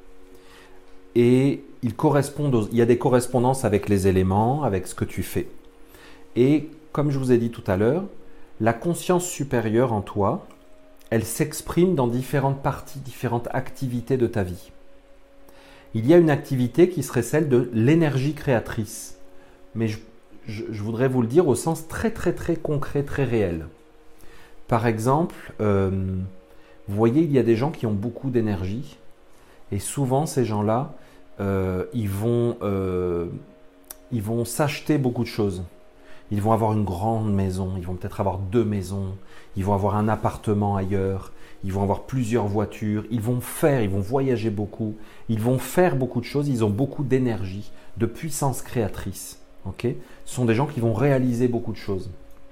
et il y a des correspondances avec les éléments, avec ce que tu fais. Et comme je vous ai dit tout à l'heure, la conscience supérieure en toi, elle s'exprime dans différentes parties, différentes activités de ta vie. Il y a une activité qui serait celle de l'énergie créatrice. Mais je voudrais vous le dire au sens très très très concret, très réel. Par exemple, vous voyez, il y a des gens qui ont beaucoup d'énergie et souvent ces gens-là, ils vont s'acheter beaucoup de choses. Ils vont avoir une grande maison, ils vont peut-être avoir 2 maisons, ils vont avoir un appartement ailleurs, ils vont avoir plusieurs voitures, ils vont voyager beaucoup, ils vont faire beaucoup de choses, ils ont beaucoup d'énergie, de puissance créatrice. Okay, ce sont des gens qui vont réaliser beaucoup de choses.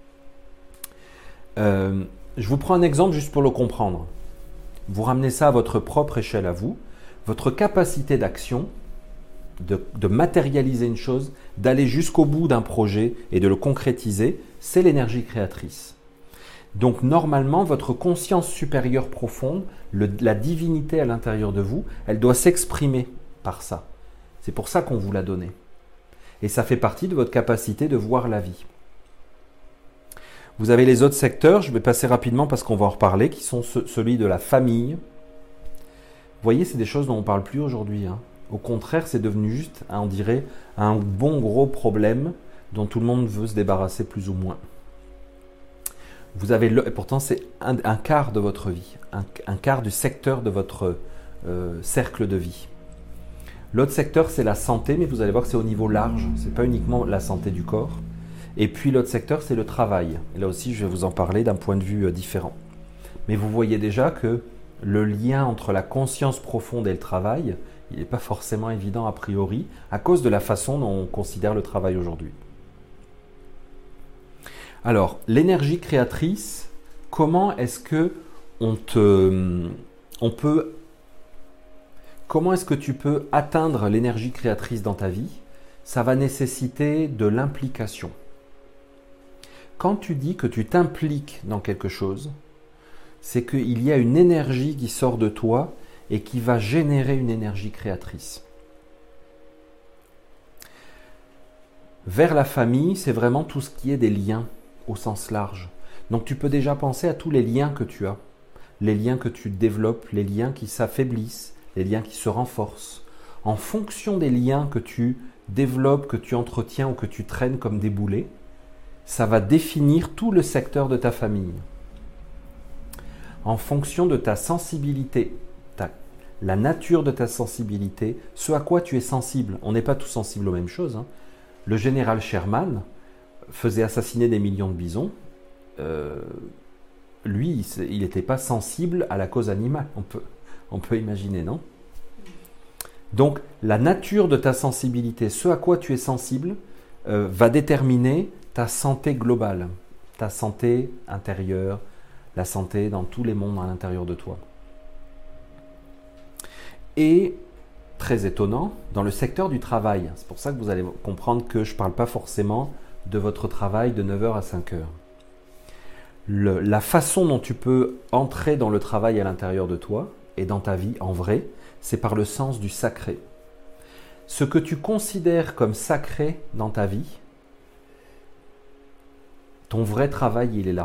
Je vous prends un exemple juste pour le comprendre. Vous ramenez ça à votre propre échelle à vous. Votre capacité d'action, de matérialiser une chose, d'aller jusqu'au bout d'un projet et de le concrétiser, c'est l'énergie créatrice. Donc normalement, votre conscience supérieure profonde, la divinité à l'intérieur de vous, elle doit s'exprimer par ça. C'est pour ça qu'on vous l'a donné. Et ça fait partie de votre capacité de voir la vie. Vous avez les autres secteurs, je vais passer rapidement parce qu'on va en reparler, qui sont celui de la famille. Vous voyez, c'est des choses dont on ne parle plus aujourd'hui. Au contraire, c'est devenu juste, on dirait, un bon gros problème dont tout le monde veut se débarrasser plus ou moins. Vous avez et pourtant, c'est un quart de votre vie, un quart du secteur de votre cercle de vie. L'autre secteur, c'est la santé, mais vous allez voir que c'est au niveau large. Ce n'est pas uniquement la santé du corps. Et puis l'autre secteur, c'est le travail. Et là aussi, je vais vous en parler d'un point de vue différent. Mais vous voyez déjà que le lien entre la conscience profonde et le travail, il n'est pas forcément évident a priori, à cause de la façon dont on considère le travail aujourd'hui. Alors, l'énergie créatrice, comment est-ce que comment est-ce que tu peux atteindre l'énergie créatrice dans ta vie? Ça va nécessiter de l'implication. Quand tu dis que tu t'impliques dans quelque chose, c'est qu'il y a une énergie qui sort de toi et qui va générer une énergie créatrice. Vers la famille, c'est vraiment tout ce qui est des liens au sens large. Donc tu peux déjà penser à tous les liens que tu as, les liens que tu développes, les liens qui s'affaiblissent, les liens qui se renforcent. En fonction des liens que tu développes, que tu entretiens ou que tu traînes comme des boulets, ça va définir tout le secteur de ta famille. En fonction de ta sensibilité, la nature de ta sensibilité, ce à quoi tu es sensible. On n'est pas tous sensibles aux mêmes choses. Le général Sherman faisait assassiner des millions de bisons. Lui, il n'était pas sensible à la cause animale. On peut imaginer, non? Donc, la nature de ta sensibilité, ce à quoi tu es sensible, va déterminer ta santé globale, ta santé intérieure, la santé dans tous les mondes à l'intérieur de toi. Et, très étonnant, dans le secteur du travail, c'est pour ça que vous allez comprendre que je ne parle pas forcément de votre travail de 9h à 5h. La façon dont tu peux entrer dans le travail à l'intérieur de toi et dans ta vie, en vrai, c'est par le sens du sacré. Ce que tu considères comme sacré dans ta vie, ton vrai travail, il est là.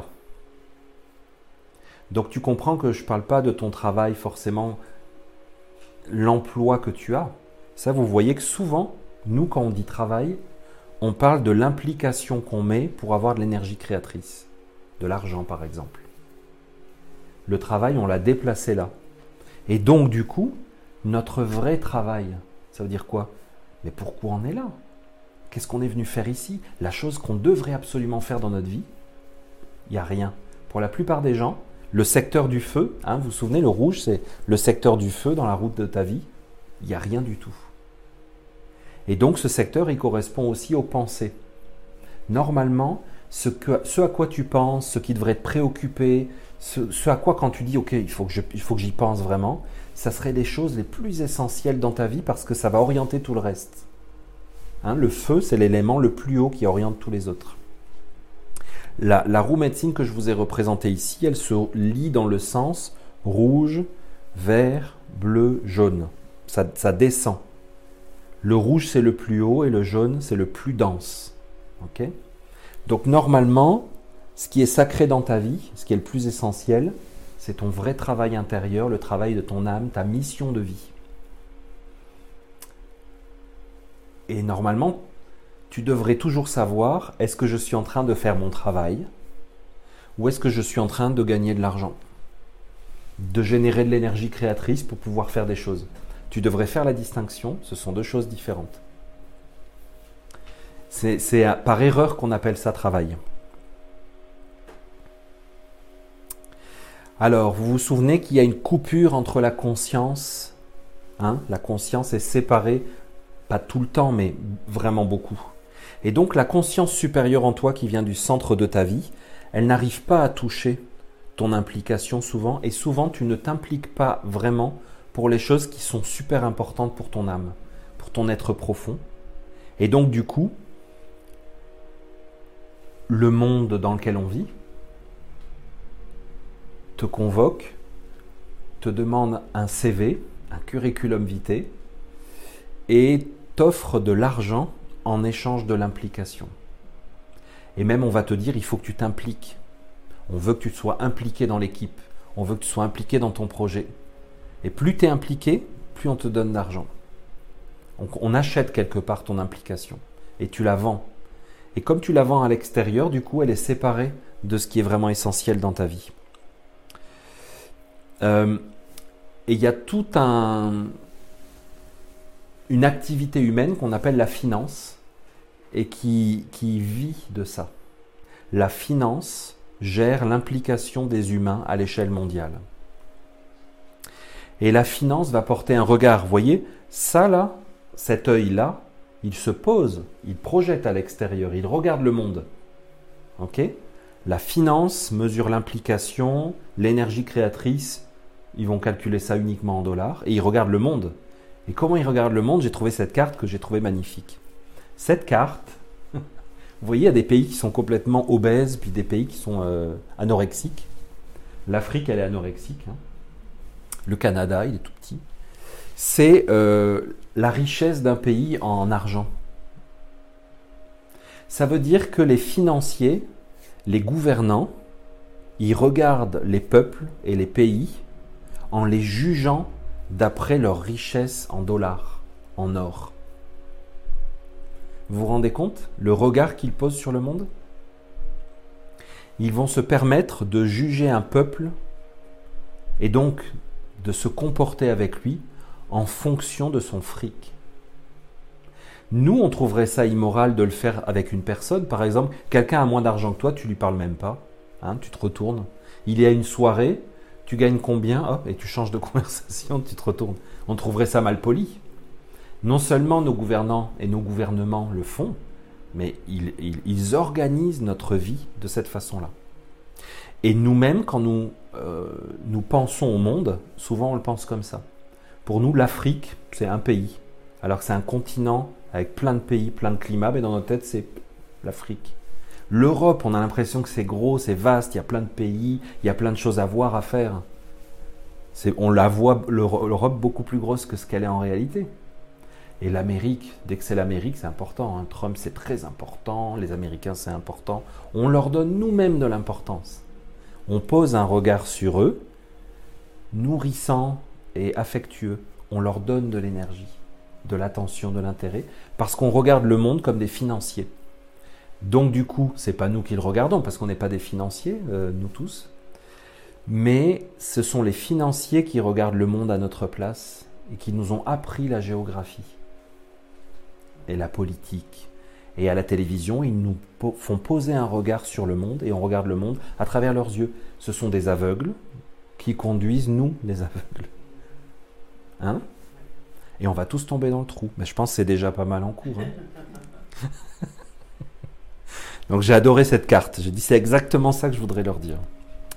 Donc tu comprends que je ne parle pas de ton travail forcément, l'emploi que tu as. Ça, vous voyez que souvent, nous, quand on dit travail, on parle de l'implication qu'on met pour avoir de l'énergie créatrice. De l'argent, par exemple. Le travail, on l'a déplacé là. Et donc, du coup, notre vrai travail, ça veut dire quoi? Mais pourquoi on est là? Qu'est-ce qu'on est venu faire ici? La chose qu'on devrait absolument faire dans notre vie, il n'y a rien. Pour la plupart des gens, le secteur du feu, vous vous souvenez, le rouge, c'est le secteur du feu dans la route de ta vie, il n'y a rien du tout. Et donc, ce secteur, il correspond aussi aux pensées. Normalement, ce à quoi tu penses, ce qui devrait te préoccuper, ce à quoi quand tu dis « Ok, il faut que j'y pense vraiment », ça serait les choses les plus essentielles dans ta vie parce que ça va orienter tout le reste. Le feu, c'est l'élément le plus haut qui oriente tous les autres. La roue médecine que je vous ai représentée ici, elle se lit dans le sens rouge, vert, bleu, jaune. Ça descend. Le rouge, c'est le plus haut et le jaune, c'est le plus dense. Okay? Donc normalement, ce qui est sacré dans ta vie, ce qui est le plus essentiel, c'est ton vrai travail intérieur, le travail de ton âme, ta mission de vie. Et normalement, tu devrais toujours savoir, est-ce que je suis en train de faire mon travail ou est-ce que je suis en train de gagner de l'argent, de générer de l'énergie créatrice pour pouvoir faire des choses. Tu devrais faire la distinction, ce sont deux choses différentes. C'est par erreur qu'on appelle ça travail. Alors, vous vous souvenez qu'il y a une coupure entre la conscience, la conscience est séparée, pas tout le temps, mais vraiment beaucoup. Et donc, la conscience supérieure en toi qui vient du centre de ta vie, elle n'arrive pas à toucher ton implication souvent, et souvent, tu ne t'impliques pas vraiment pour les choses qui sont super importantes pour ton âme, pour ton être profond. Et donc, du coup, le monde dans lequel on vit te convoque, te demande un CV, un curriculum vitae, et t'offre de l'argent en échange de l'implication. Et même on va te dire, il faut que tu t'impliques. On veut que tu sois impliqué dans l'équipe, on veut que tu sois impliqué dans ton projet. Et plus tu es impliqué, plus on te donne d'argent. Donc on achète quelque part ton implication, et tu la vends. Et comme tu la vends à l'extérieur, du coup, elle est séparée de ce qui est vraiment essentiel dans ta vie. Et il y a toute une activité humaine qu'on appelle la finance et qui vit de ça. La finance gère l'implication des humains à l'échelle mondiale. Et la finance va porter un regard. Vous voyez, ça là, cet œil-là, il se pose, il projette à l'extérieur, il regarde le monde. Ok ? La finance mesure l'implication, l'énergie créatrice. Ils vont calculer ça uniquement en dollars et ils regardent le monde. Et comment ils regardent le monde? J'ai trouvé cette carte que j'ai trouvée magnifique. Cette carte, vous voyez, il y a des pays qui sont complètement obèses, puis des pays qui sont anorexiques. L'Afrique, elle est anorexique. Le Canada, il est tout petit. C'est la richesse d'un pays en argent. Ça veut dire que les financiers, les gouvernants, ils regardent les peuples et les pays en les jugeant d'après leur richesse en dollars, en or. Vous vous rendez compte le regard qu'ils posent sur le monde? Ils vont se permettre de juger un peuple et donc de se comporter avec lui en fonction de son fric. Nous, on trouverait ça immoral de le faire avec une personne. Par exemple, quelqu'un a moins d'argent que toi, tu lui parles même pas, tu te retournes. Il y a une soirée, tu gagnes combien? Hop, et tu changes de conversation, tu te retournes. On trouverait ça mal poli. Non seulement nos gouvernants et nos gouvernements le font, mais ils organisent notre vie de cette façon-là. Et nous-mêmes, quand nous pensons au monde, souvent on le pense comme ça. Pour nous, l'Afrique, c'est un pays, alors que c'est un continent avec plein de pays, plein de climats, mais dans notre tête, c'est l'Afrique. L'Europe, on a l'impression que c'est gros, c'est vaste, il y a plein de pays, il y a plein de choses à voir, à faire. On la voit, l'Europe, beaucoup plus grosse que ce qu'elle est en réalité. Et l'Amérique, dès que c'est l'Amérique, c'est important. Trump, c'est très important, les Américains, c'est important. On leur donne nous-mêmes de l'importance. On pose un regard sur eux, nourrissant et affectueux. On leur donne de l'énergie, de l'attention, de l'intérêt, parce qu'on regarde le monde comme des financiers. Donc du coup, c'est pas nous qui le regardons, parce qu'on n'est pas des financiers, nous tous, mais ce sont les financiers qui regardent le monde à notre place et qui nous ont appris la géographie et la politique. Et à la télévision, ils nous font poser un regard sur le monde et on regarde le monde à travers leurs yeux. Ce sont des aveugles qui conduisent nous, les aveugles. Et on va tous tomber dans le trou. Mais je pense que c'est déjà pas mal en cours. Donc j'ai adoré cette carte. J'ai dit c'est exactement ça que je voudrais leur dire.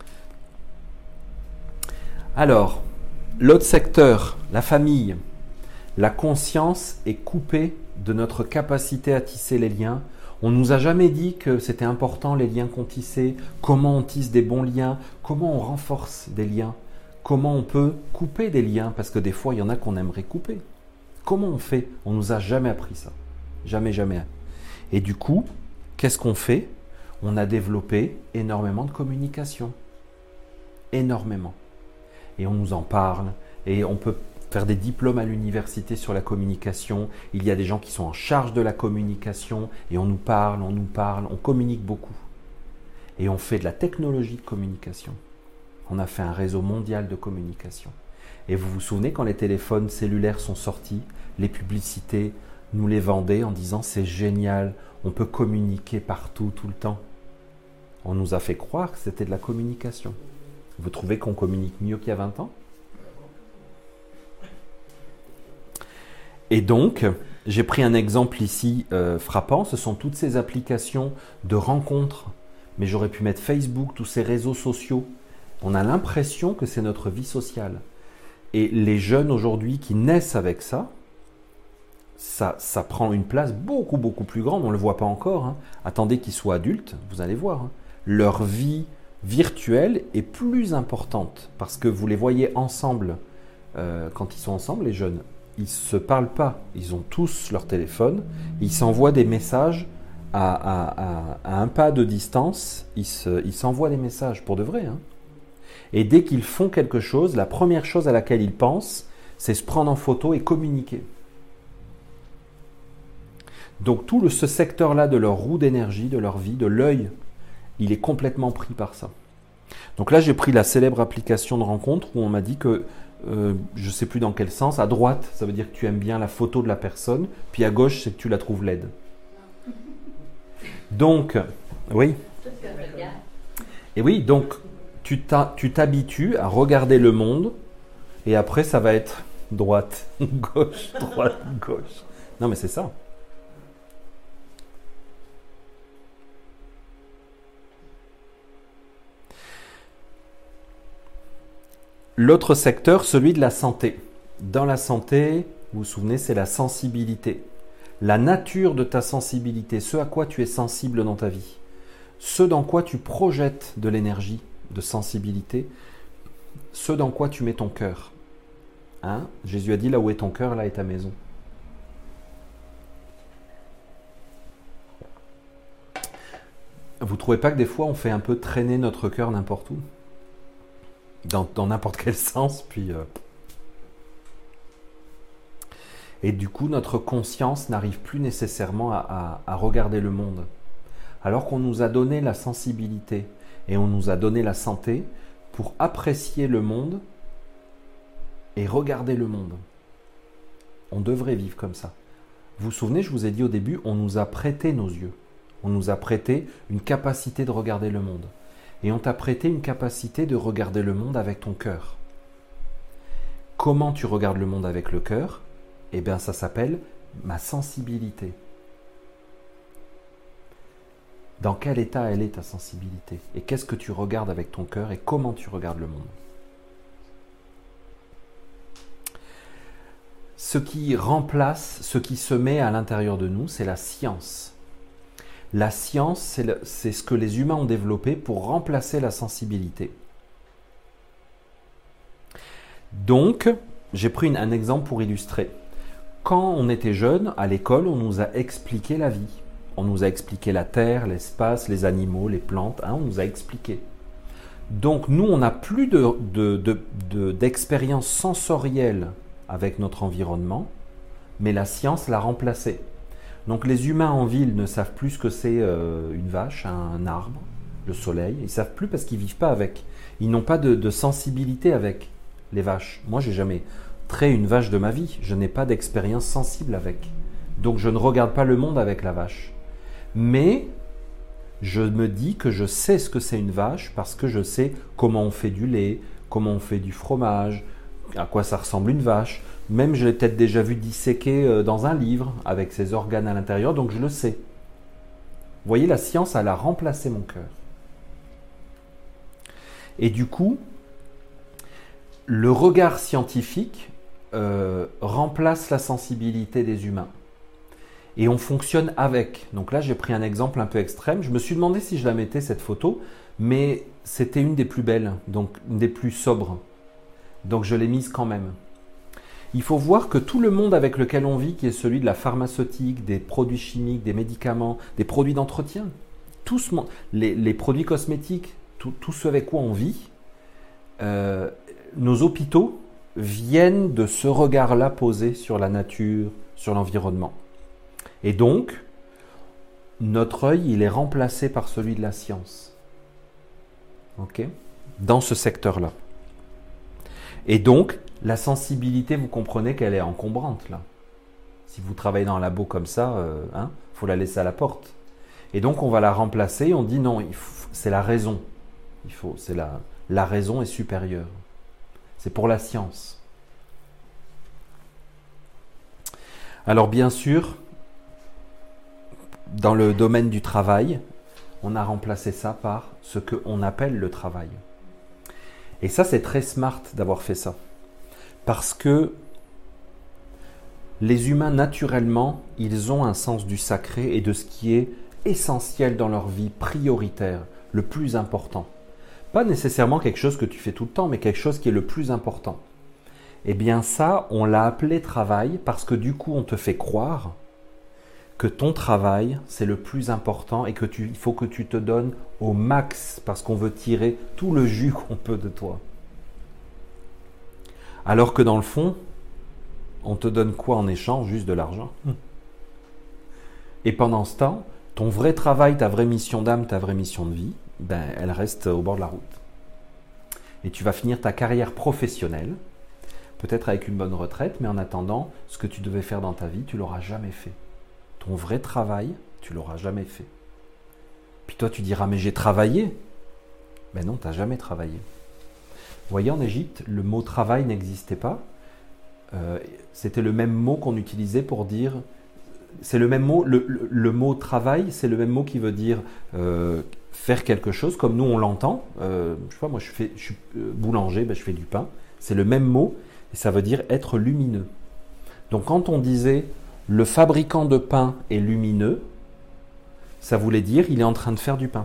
Alors, l'autre secteur, la famille. La conscience est coupée de notre capacité à tisser les liens. On ne nous a jamais dit que c'était important les liens qu'on tissait, comment on tisse des bons liens, comment on renforce des liens, comment on peut couper des liens, parce que des fois il y en a qu'on aimerait couper. Comment on fait? On ne nous a jamais appris ça. Jamais, jamais. Et du coup, qu'est-ce qu'on fait? On a développé énormément de communication. Énormément. Et on nous en parle. Et on peut faire des diplômes à l'université sur la communication. Il y a des gens qui sont en charge de la communication et on nous parle, on communique beaucoup. Et on fait de la technologie de communication. On a fait un réseau mondial de communication. Et vous vous souvenez quand les téléphones cellulaires sont sortis, les publicités nous les vendaient en disant c'est génial, on peut communiquer partout, tout le temps. On nous a fait croire que c'était de la communication. Vous trouvez qu'on communique mieux qu'il y a 20 ans ? Et donc, j'ai pris un exemple ici frappant, ce sont toutes ces applications de rencontres, mais j'aurais pu mettre Facebook, tous ces réseaux sociaux. On a l'impression que c'est notre vie sociale. Et les jeunes aujourd'hui qui naissent avec ça, ça prend une place beaucoup, beaucoup plus grande, on ne le voit pas encore. Hein. Attendez qu'ils soient adultes, vous allez voir. Hein. Leur vie virtuelle est plus importante, parce que vous les voyez ensemble, quand ils sont ensemble, les jeunes. Ils ne se parlent pas, ils ont tous leur téléphone, ils s'envoient des messages à un pas de distance, ils s'envoient des messages pour de vrai. Hein. Et dès qu'ils font quelque chose, la première chose à laquelle ils pensent, c'est se prendre en photo et communiquer. Donc tout ce secteur-là de leur roue d'énergie, de leur vie, de l'œil, il est complètement pris par ça. Donc là, j'ai pris la célèbre application de rencontre où on m'a dit que je ne sais plus dans quel sens, à droite, ça veut dire que tu aimes bien la photo de la personne, puis à gauche, c'est que tu la trouves laide. Donc, oui. Et oui, donc, tu t'habitues à regarder le monde, et après, ça va être droite, gauche, droite, gauche. Non, mais c'est ça. L'autre secteur, celui de la santé. Dans la santé, vous vous souvenez, c'est la sensibilité. La nature de ta sensibilité, ce à quoi tu es sensible dans ta vie, ce dans quoi tu projettes de l'énergie, de sensibilité, ce dans quoi tu mets ton cœur. Hein? Jésus a dit, là où est ton cœur, là est ta maison. Vous ne trouvez pas que des fois, on fait un peu traîner notre cœur n'importe où ? Dans n'importe quel sens, puis... Et du coup, notre conscience n'arrive plus nécessairement à regarder le monde. Alors qu'on nous a donné la sensibilité et on nous a donné la santé pour apprécier le monde et regarder le monde. On devrait vivre comme ça. Vous vous souvenez, je vous ai dit au début, on nous a prêté nos yeux. On nous a prêté une capacité de regarder le monde. Et on t'a prêté une capacité de regarder le monde avec ton cœur. Comment tu regardes le monde avec le cœur ? Eh bien, ça s'appelle ma sensibilité. Dans quel état elle est ta sensibilité ? Et qu'est-ce que tu regardes avec ton cœur et comment tu regardes le monde ? Ce qui remplace, ce qui se met à l'intérieur de nous, c'est la science. La science, c'est ce que les humains ont développé pour remplacer la sensibilité. Donc, j'ai pris un exemple pour illustrer. Quand on était jeune, à l'école, on nous a expliqué la vie. On nous a expliqué la terre, l'espace, les animaux, les plantes. Hein, on nous a expliqué. Donc, nous, on n'a plus d'expérience sensorielle avec notre environnement, mais la science l'a remplacé. Donc les humains en ville ne savent plus ce que c'est une vache, un arbre, le soleil. Ils ne savent plus parce qu'ils ne vivent pas avec. Ils n'ont pas de sensibilité avec les vaches. Moi, je n'ai jamais trait une vache de ma vie. Je n'ai pas d'expérience sensible avec. Donc je ne regarde pas le monde avec la vache. Mais je me dis que je sais ce que c'est une vache parce que je sais comment on fait du lait, comment on fait du fromage, à quoi ça ressemble une vache. Même je l'ai peut-être déjà vu disséquer dans un livre avec ses organes à l'intérieur, donc je le sais. Vous voyez, la science, elle a remplacé mon cœur. Et du coup, le regard scientifique remplace la sensibilité des humains. Et on fonctionne avec. Donc là, j'ai pris un exemple un peu extrême. Je me suis demandé si je la mettais, cette photo, mais c'était une des plus belles, donc une des plus sobres. Donc je l'ai mise quand même. Il faut voir que tout le monde avec lequel on vit, qui est celui de la pharmaceutique, des produits chimiques, des médicaments, des produits d'entretien, les produits cosmétiques, tout ce avec quoi on vit, nos hôpitaux, viennent de ce regard-là posé sur la nature, sur l'environnement. Et donc, notre œil, il est remplacé par celui de la science. Ok ? Dans ce secteur-là. Et donc, la sensibilité, vous comprenez qu'elle est encombrante, là. Si vous travaillez dans un labo comme ça, faut la laisser à la porte. Et donc, on va la remplacer, on dit non, c'est la raison. La raison est supérieure. C'est pour la science. Alors, bien sûr, dans le domaine du travail, on a remplacé ça par ce qu'on appelle le travail. Et ça, c'est très smart d'avoir fait ça. Parce que les humains, naturellement, ils ont un sens du sacré et de ce qui est essentiel dans leur vie, prioritaire, le plus important. Pas nécessairement quelque chose que tu fais tout le temps, mais quelque chose qui est le plus important. Eh bien ça, on l'a appelé travail parce que du coup, on te fait croire que ton travail, c'est le plus important et il faut que tu te donnes au max parce qu'on veut tirer tout le jus qu'on peut de toi. Alors que dans le fond, on te donne quoi en échange? Juste de l'argent. Et pendant ce temps, ton vrai travail, ta vraie mission d'âme, ta vraie mission de vie, elle reste au bord de la route. Et tu vas finir ta carrière professionnelle, peut-être avec une bonne retraite, mais en attendant, ce que tu devais faire dans ta vie, tu ne l'auras jamais fait. Ton vrai travail, tu ne l'auras jamais fait. Puis toi, tu diras, mais j'ai travaillé. Ben non, tu n'as jamais travaillé. Vous voyez, en Égypte, le mot travail n'existait pas. C'était le même mot qu'on utilisait pour dire... C'est le même mot, le mot travail, c'est le même mot qui veut dire faire quelque chose, comme nous on l'entend. Je sais pas, moi je suis boulanger, je fais du pain. C'est le même mot et ça veut dire être lumineux. Donc quand on disait le fabricant de pain est lumineux, ça voulait dire il est en train de faire du pain.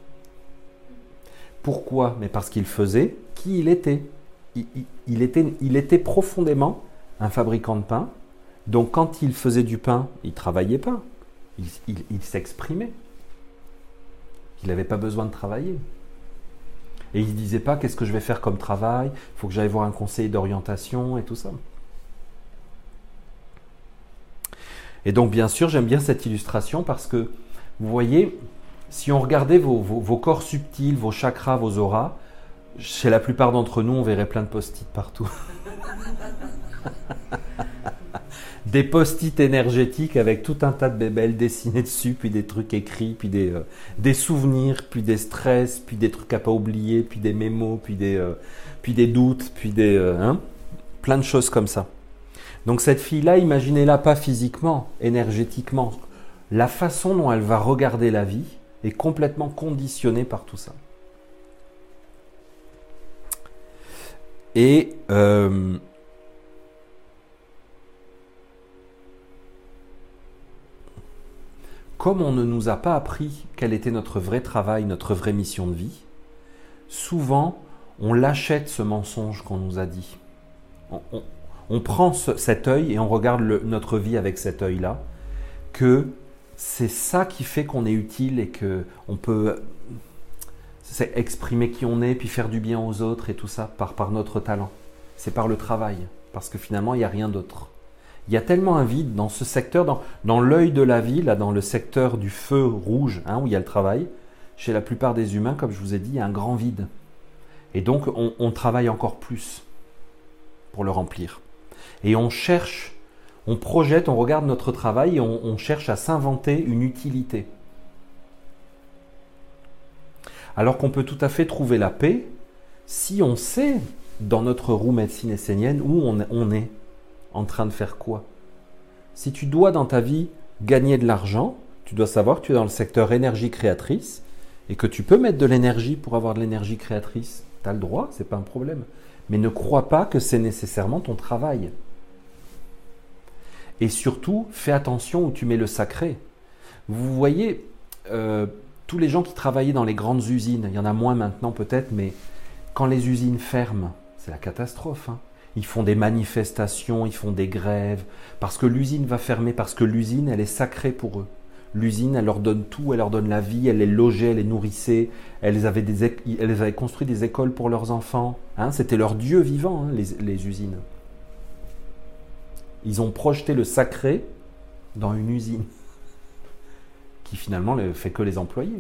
Pourquoi? Mais parce qu'il faisait qui il était. Il était profondément un fabricant de pain. Donc quand il faisait du pain, il ne travaillait pas, il s'exprimait. Il n'avait pas besoin de travailler. Et il ne disait pas qu'est-ce que je vais faire comme travail, il faut que j'aille voir un conseiller d'orientation et tout ça. Et donc bien sûr, j'aime bien cette illustration parce que, vous voyez, si on regardait vos corps subtils, vos chakras, vos auras, chez la plupart d'entre nous, on verrait plein de post-it partout. Des post-it énergétiques avec tout un tas de bébelles dessinées dessus, puis des trucs écrits, puis des souvenirs, puis des stress, puis des trucs à pas oublier, puis des mémos, puis des doutes, puis plein de choses comme ça. Donc cette fille-là, imaginez-la pas physiquement, énergétiquement. La façon dont elle va regarder la vie est complètement conditionnée par tout ça. Et comme on ne nous a pas appris quel était notre vrai travail, notre vraie mission de vie, souvent on l'achète ce mensonge qu'on nous a dit. On prend cet œil et on regarde notre vie avec cet œil-là, que c'est ça qui fait qu'on est utile et qu'on peut exprimer qui on est, puis faire du bien aux autres et tout ça par notre talent. C'est par le travail, parce que finalement il n'y a rien d'autre. Il y a tellement un vide dans ce secteur, dans l'œil de la vie, là, dans le secteur du feu rouge, où il y a le travail. Chez la plupart des humains, comme je vous ai dit, il y a un grand vide. Et donc, on travaille encore plus pour le remplir. Et on cherche, on projette, on regarde notre travail et on cherche à s'inventer une utilité. Alors qu'on peut tout à fait trouver la paix si on sait, dans notre roue médecine essénienne, où on est. En train de faire quoi? Si tu dois dans ta vie gagner de l'argent, tu dois savoir que tu es dans le secteur énergie créatrice et que tu peux mettre de l'énergie pour avoir de l'énergie créatrice. Tu as le droit, ce n'est pas un problème. Mais ne crois pas que c'est nécessairement ton travail. Et surtout, fais attention où tu mets le sacré. Vous voyez, tous les gens qui travaillaient dans les grandes usines, il y en a moins maintenant peut-être, mais quand les usines ferment, c'est la catastrophe. Ils font des manifestations, ils font des grèves, parce que l'usine va fermer, parce que l'usine, elle est sacrée pour eux. L'usine, elle leur donne tout, elle leur donne la vie, elle les logeait, elle les nourrissait, elles avaient construit des écoles pour leurs enfants. Hein, c'était leur Dieu vivant, hein, les usines. Ils ont projeté le sacré dans une usine qui finalement ne fait que les employer.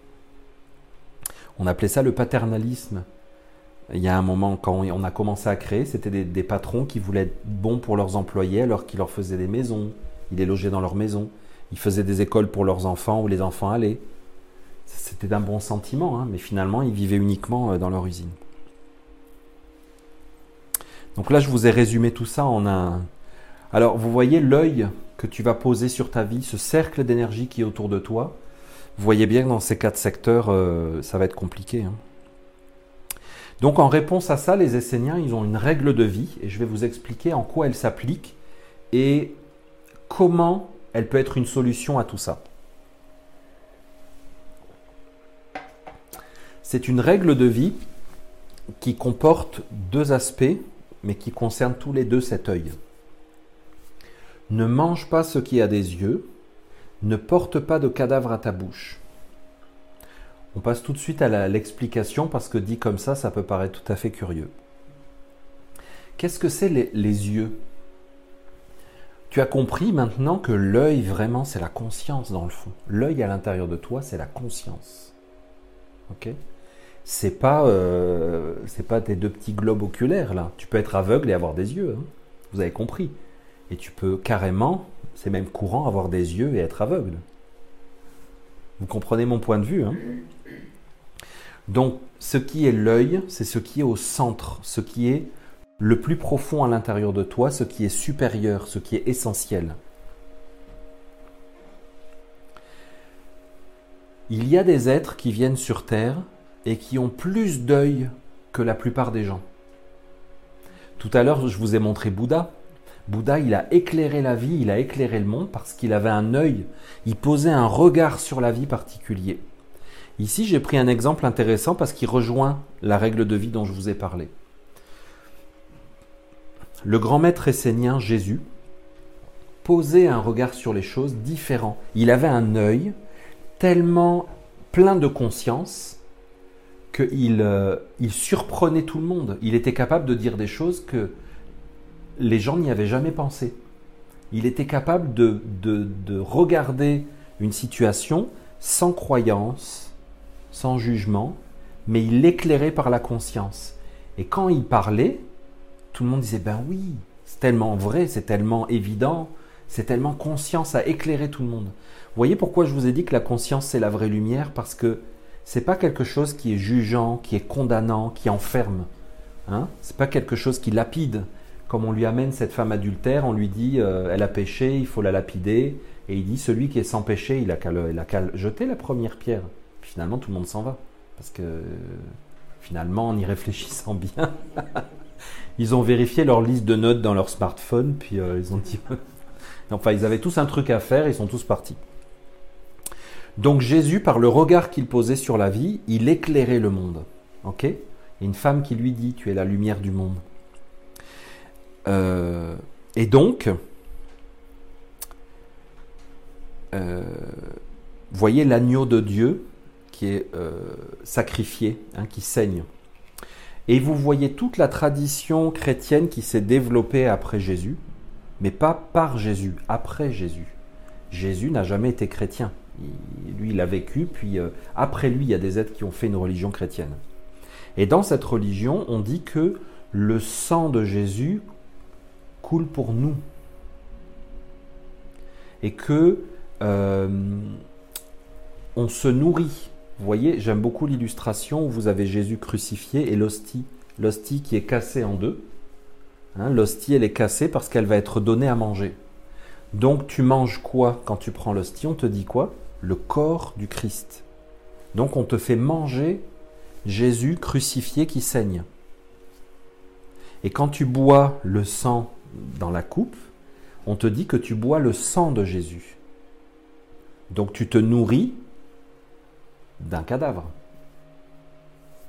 On appelait ça le paternalisme. Il y a un moment, quand on a commencé à créer, c'était des patrons qui voulaient être bons pour leurs employés alors qu'ils leur faisaient des maisons. Ils les logeaient dans leur maison. Ils faisaient des écoles pour leurs enfants où les enfants allaient. C'était d'un bon sentiment, hein, mais finalement, ils vivaient uniquement dans leur usine. Donc là, je vous ai résumé tout ça en un... Alors, vous voyez l'œil que tu vas poser sur ta vie, ce cercle d'énergie qui est autour de toi. Vous voyez bien que dans ces 4 secteurs, ça va être compliqué. Hein. Donc, en réponse à ça, les Esséniens, ils ont une règle de vie et je vais vous expliquer en quoi elle s'applique et comment elle peut être une solution à tout ça. C'est une règle de vie qui comporte 2 aspects, mais qui concernent tous les 2 cet œil. Ne mange pas ce qui a des yeux, ne porte pas de cadavre à ta bouche. On passe tout de suite à l'explication parce que dit comme ça peut paraître tout à fait curieux. Qu'est-ce que c'est les yeux ? Tu as compris maintenant que l'œil, vraiment, c'est la conscience dans le fond. L'œil à l'intérieur de toi, c'est la conscience. Ok ? C'est pas tes 2 petits globes oculaires, là. Tu peux être aveugle et avoir des yeux. Hein. Vous avez compris. Et tu peux carrément, c'est même courant, avoir des yeux et être aveugle. Vous comprenez mon point de vue, hein ? Donc, ce qui est l'œil, c'est ce qui est au centre, ce qui est le plus profond à l'intérieur de toi, ce qui est supérieur, ce qui est essentiel. Il y a des êtres qui viennent sur Terre et qui ont plus d'œil que la plupart des gens. Tout à l'heure, je vous ai montré Bouddha. Bouddha, il a éclairé la vie, il a éclairé le monde parce qu'il avait un œil, il posait un regard sur la vie particulier. Ici, j'ai pris un exemple intéressant parce qu'il rejoint la règle de vie dont je vous ai parlé. Le grand maître essénien Jésus posait un regard sur les choses différent. Il avait un œil tellement plein de conscience qu'il surprenait tout le monde. Il était capable de dire des choses que les gens n'y avaient jamais pensé. Il était capable de regarder une situation sans croyance, sans jugement, mais il l'éclairait par la conscience. Et quand il parlait, tout le monde disait « ben oui, c'est tellement vrai, c'est tellement évident, c'est tellement conscience à éclairer tout le monde ». Vous voyez pourquoi je vous ai dit que la conscience c'est la vraie lumière ? Parce que c'est pas quelque chose qui est jugeant, qui est condamnant, qui enferme. Hein ? C'est pas quelque chose qui lapide. Comme on lui amène cette femme adultère, on lui dit elle a péché, il faut la lapider. Et il dit celui qui est sans péché, il a qu'à jeter la première pierre. Puis finalement, tout le monde s'en va. Parce que finalement, en y réfléchissant bien, ils ont vérifié leur liste de notes dans leur smartphone. Puis ils ont dit... enfin, ils avaient tous un truc à faire, ils sont tous partis. Donc Jésus, par le regard qu'il posait sur la vie, il éclairait le monde. Ok ? Il y a une femme qui lui dit tu es la lumière du monde. Et donc, voyez l'agneau de Dieu qui est sacrifié, hein, qui saigne. Et vous voyez toute la tradition chrétienne qui s'est développée après Jésus, mais pas par Jésus, après Jésus. Jésus n'a jamais été chrétien. Lui, il a vécu, puis après lui, il y a des êtres qui ont fait une religion chrétienne. Et dans cette religion, on dit que le sang de Jésus coule pour nous. Et que on se nourrit. Vous voyez, j'aime beaucoup l'illustration où vous avez Jésus crucifié et l'hostie. L'hostie qui est cassée en 2. Hein, l'hostie, elle est cassée parce qu'elle va être donnée à manger. Donc, tu manges quoi quand tu prends l'hostie ? On te dit quoi ? Le corps du Christ. Donc, on te fait manger Jésus crucifié qui saigne. Et quand tu bois le sang dans la coupe, on te dit que tu bois le sang de Jésus. Donc, tu te nourris d'un cadavre. Ok ?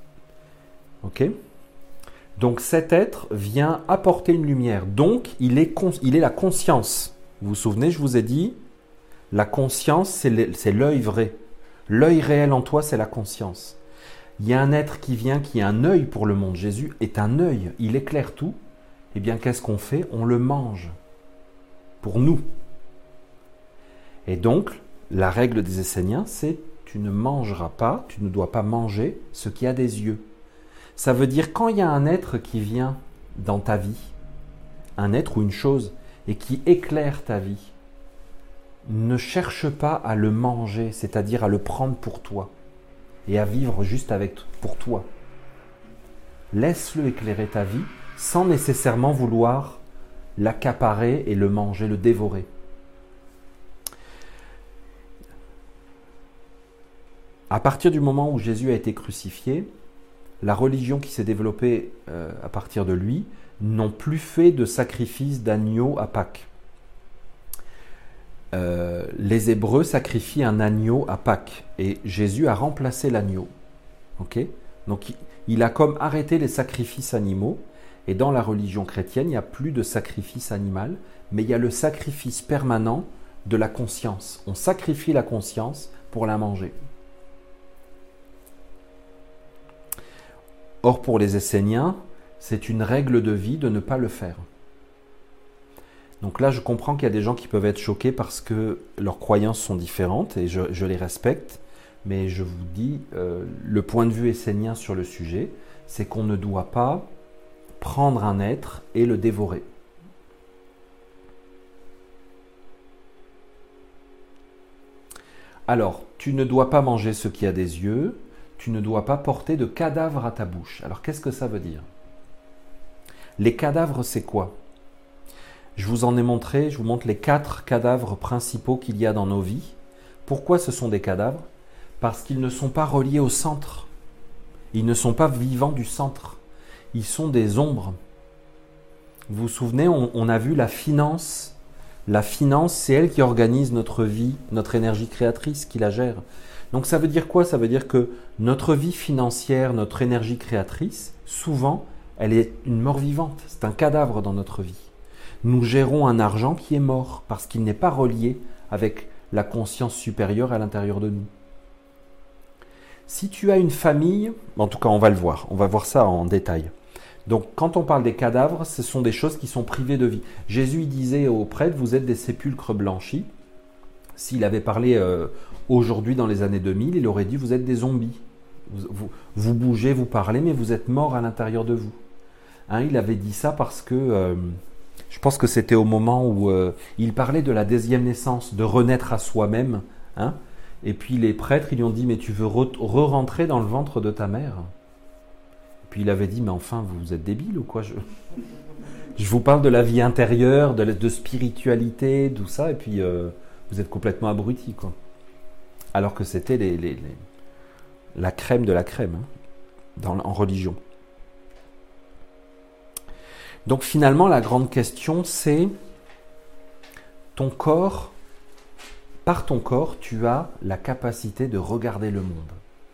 Donc cet être vient apporter une lumière. Donc il est la conscience. Vous vous souvenez, je vous ai dit, La conscience, c'est l'œil vrai. L'œil réel en toi, c'est la conscience. Il y a un être qui vient, qui a un œil pour le monde. Jésus est un œil, il éclaire tout. Eh bien, qu'est-ce qu'on fait? On le mange. Pour nous. Et donc, la règle des Esséniens, c'est tu ne mangeras pas, tu ne dois pas manger ce qui a des yeux. Ça veut dire quand il y a un être qui vient dans ta vie, un être ou une chose, et qui éclaire ta vie, ne cherche pas à le manger, c'est-à-dire à le prendre pour toi, et à vivre juste pour toi. Laisse-le éclairer ta vie, sans nécessairement vouloir l'accaparer et le manger, le dévorer. À partir du moment où Jésus a été crucifié, la religion qui s'est développée à partir de lui n'ont plus fait de sacrifice d'agneau à Pâques. Les Hébreux sacrifient un agneau à Pâques et Jésus a remplacé l'agneau. Okay? Donc il a comme arrêté les sacrifices animaux et dans la religion chrétienne, il n'y a plus de sacrifice animal, mais il y a le sacrifice permanent de la conscience. On sacrifie la conscience pour la manger. Or, pour les Esséniens, c'est une règle de vie de ne pas le faire. Donc là, je comprends qu'il y a des gens qui peuvent être choqués parce que leurs croyances sont différentes et je les respecte. Mais je vous dis, le point de vue essénien sur le sujet, c'est qu'on ne doit pas prendre un être et le dévorer. Alors, tu ne dois pas manger ce qui a des yeux, tu ne dois pas porter de cadavre à ta bouche. Alors, qu'est-ce que ça veut dire? Les cadavres, c'est quoi? Je vous en ai montré, je vous montre les 4 cadavres principaux qu'il y a dans nos vies. Pourquoi ce sont des cadavres? Parce qu'ils ne sont pas reliés au centre. Ils ne sont pas vivants du centre. Ils sont des ombres. Vous vous souvenez, on a vu la finance. La finance, c'est elle qui organise notre vie, notre énergie créatrice, qui la gère. Donc ça veut dire quoi? Ça veut dire que notre vie financière, notre énergie créatrice, souvent, elle est une mort vivante. C'est un cadavre dans notre vie. Nous gérons un argent qui est mort parce qu'il n'est pas relié avec la conscience supérieure à l'intérieur de nous. Si tu as une famille, en tout cas on va le voir, on va voir ça en détail. Donc quand on parle des cadavres, ce sont des choses qui sont privées de vie. Jésus disait aux prêtres, vous êtes des sépulcres blanchis. S'il avait parlé aujourd'hui dans les années 2000, il aurait dit, vous êtes des zombies. Vous bougez, vous parlez, mais vous êtes morts à l'intérieur de vous. Hein, il avait dit ça parce que, je pense que c'était au moment où il parlait de la deuxième naissance, de renaître à soi-même. Hein. Et puis les prêtres, ils lui ont dit, mais tu veux re-rentrer dans le ventre de ta mère? Et puis il avait dit, mais enfin, vous êtes débile ou quoi? Je vous parle de la vie intérieure, de spiritualité, tout ça, et puis vous êtes complètement abrutis, quoi. Alors que c'était la crème de la crème, hein, en religion. Donc finalement, la grande question, c'est ton corps, par ton corps, tu as la capacité de regarder le monde.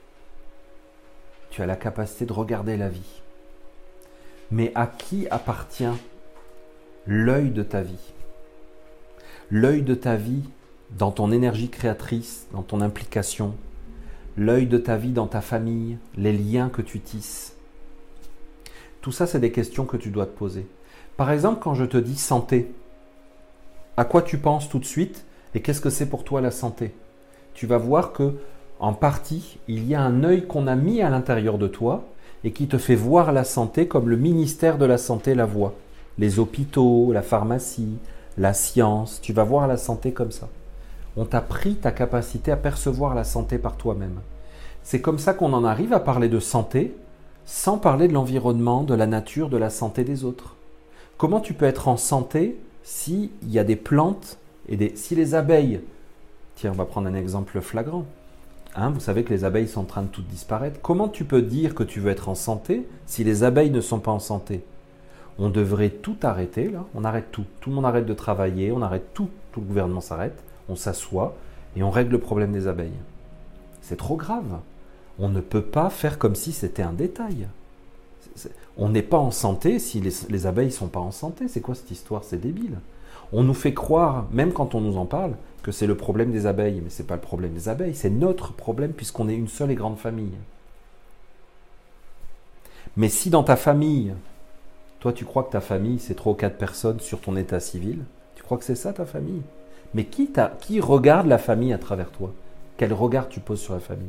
Tu as la capacité de regarder la vie. Mais à qui appartient l'œil de ta vie? L'œil de ta vie dans ton énergie créatrice, dans ton implication, l'œil de ta vie dans ta famille, les liens que tu tisses. Tout ça, c'est des questions que tu dois te poser. Par exemple, quand je te dis santé, à quoi tu penses tout de suite et qu'est-ce que c'est pour toi la santé? Tu vas voir que, en partie, il y a un œil qu'on a mis à l'intérieur de toi et qui te fait voir la santé comme le ministère de la Santé la voit. Les hôpitaux, la pharmacie, la science, tu vas voir la santé comme ça. On t'a pris ta capacité à percevoir la santé par toi-même. C'est comme ça qu'on en arrive à parler de santé sans parler de l'environnement, de la nature, de la santé des autres. Comment tu peux être en santé s'il y a des plantes et si les abeilles, tiens, on va prendre un exemple flagrant. Hein, vous savez que les abeilles sont en train de toutes disparaître. Comment tu peux dire que tu veux être en santé si les abeilles ne sont pas en santé? On devrait tout arrêter, là. On arrête tout. Tout le monde arrête de travailler, on arrête tout. Tout le gouvernement s'arrête, on s'assoit et on règle le problème des abeilles. C'est trop grave. On ne peut pas faire comme si c'était un détail. On n'est pas en santé si les abeilles ne sont pas en santé. C'est quoi cette histoire? C'est débile. On nous fait croire, même quand on nous en parle, que c'est le problème des abeilles. Mais ce n'est pas le problème des abeilles, c'est notre problème puisqu'on est une seule et grande famille. Mais si dans ta famille, toi tu crois que ta famille c'est 3 ou 4 personnes sur ton état civil, tu crois que c'est ça ta famille? Mais qui regarde la famille à travers toi? Quel regard tu poses sur la famille?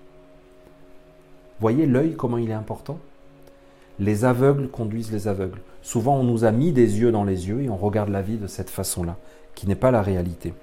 Voyez l'œil, comment il est important? Les aveugles conduisent les aveugles. Souvent, on nous a mis des yeux dans les yeux et on regarde la vie de cette façon-là, qui n'est pas la réalité.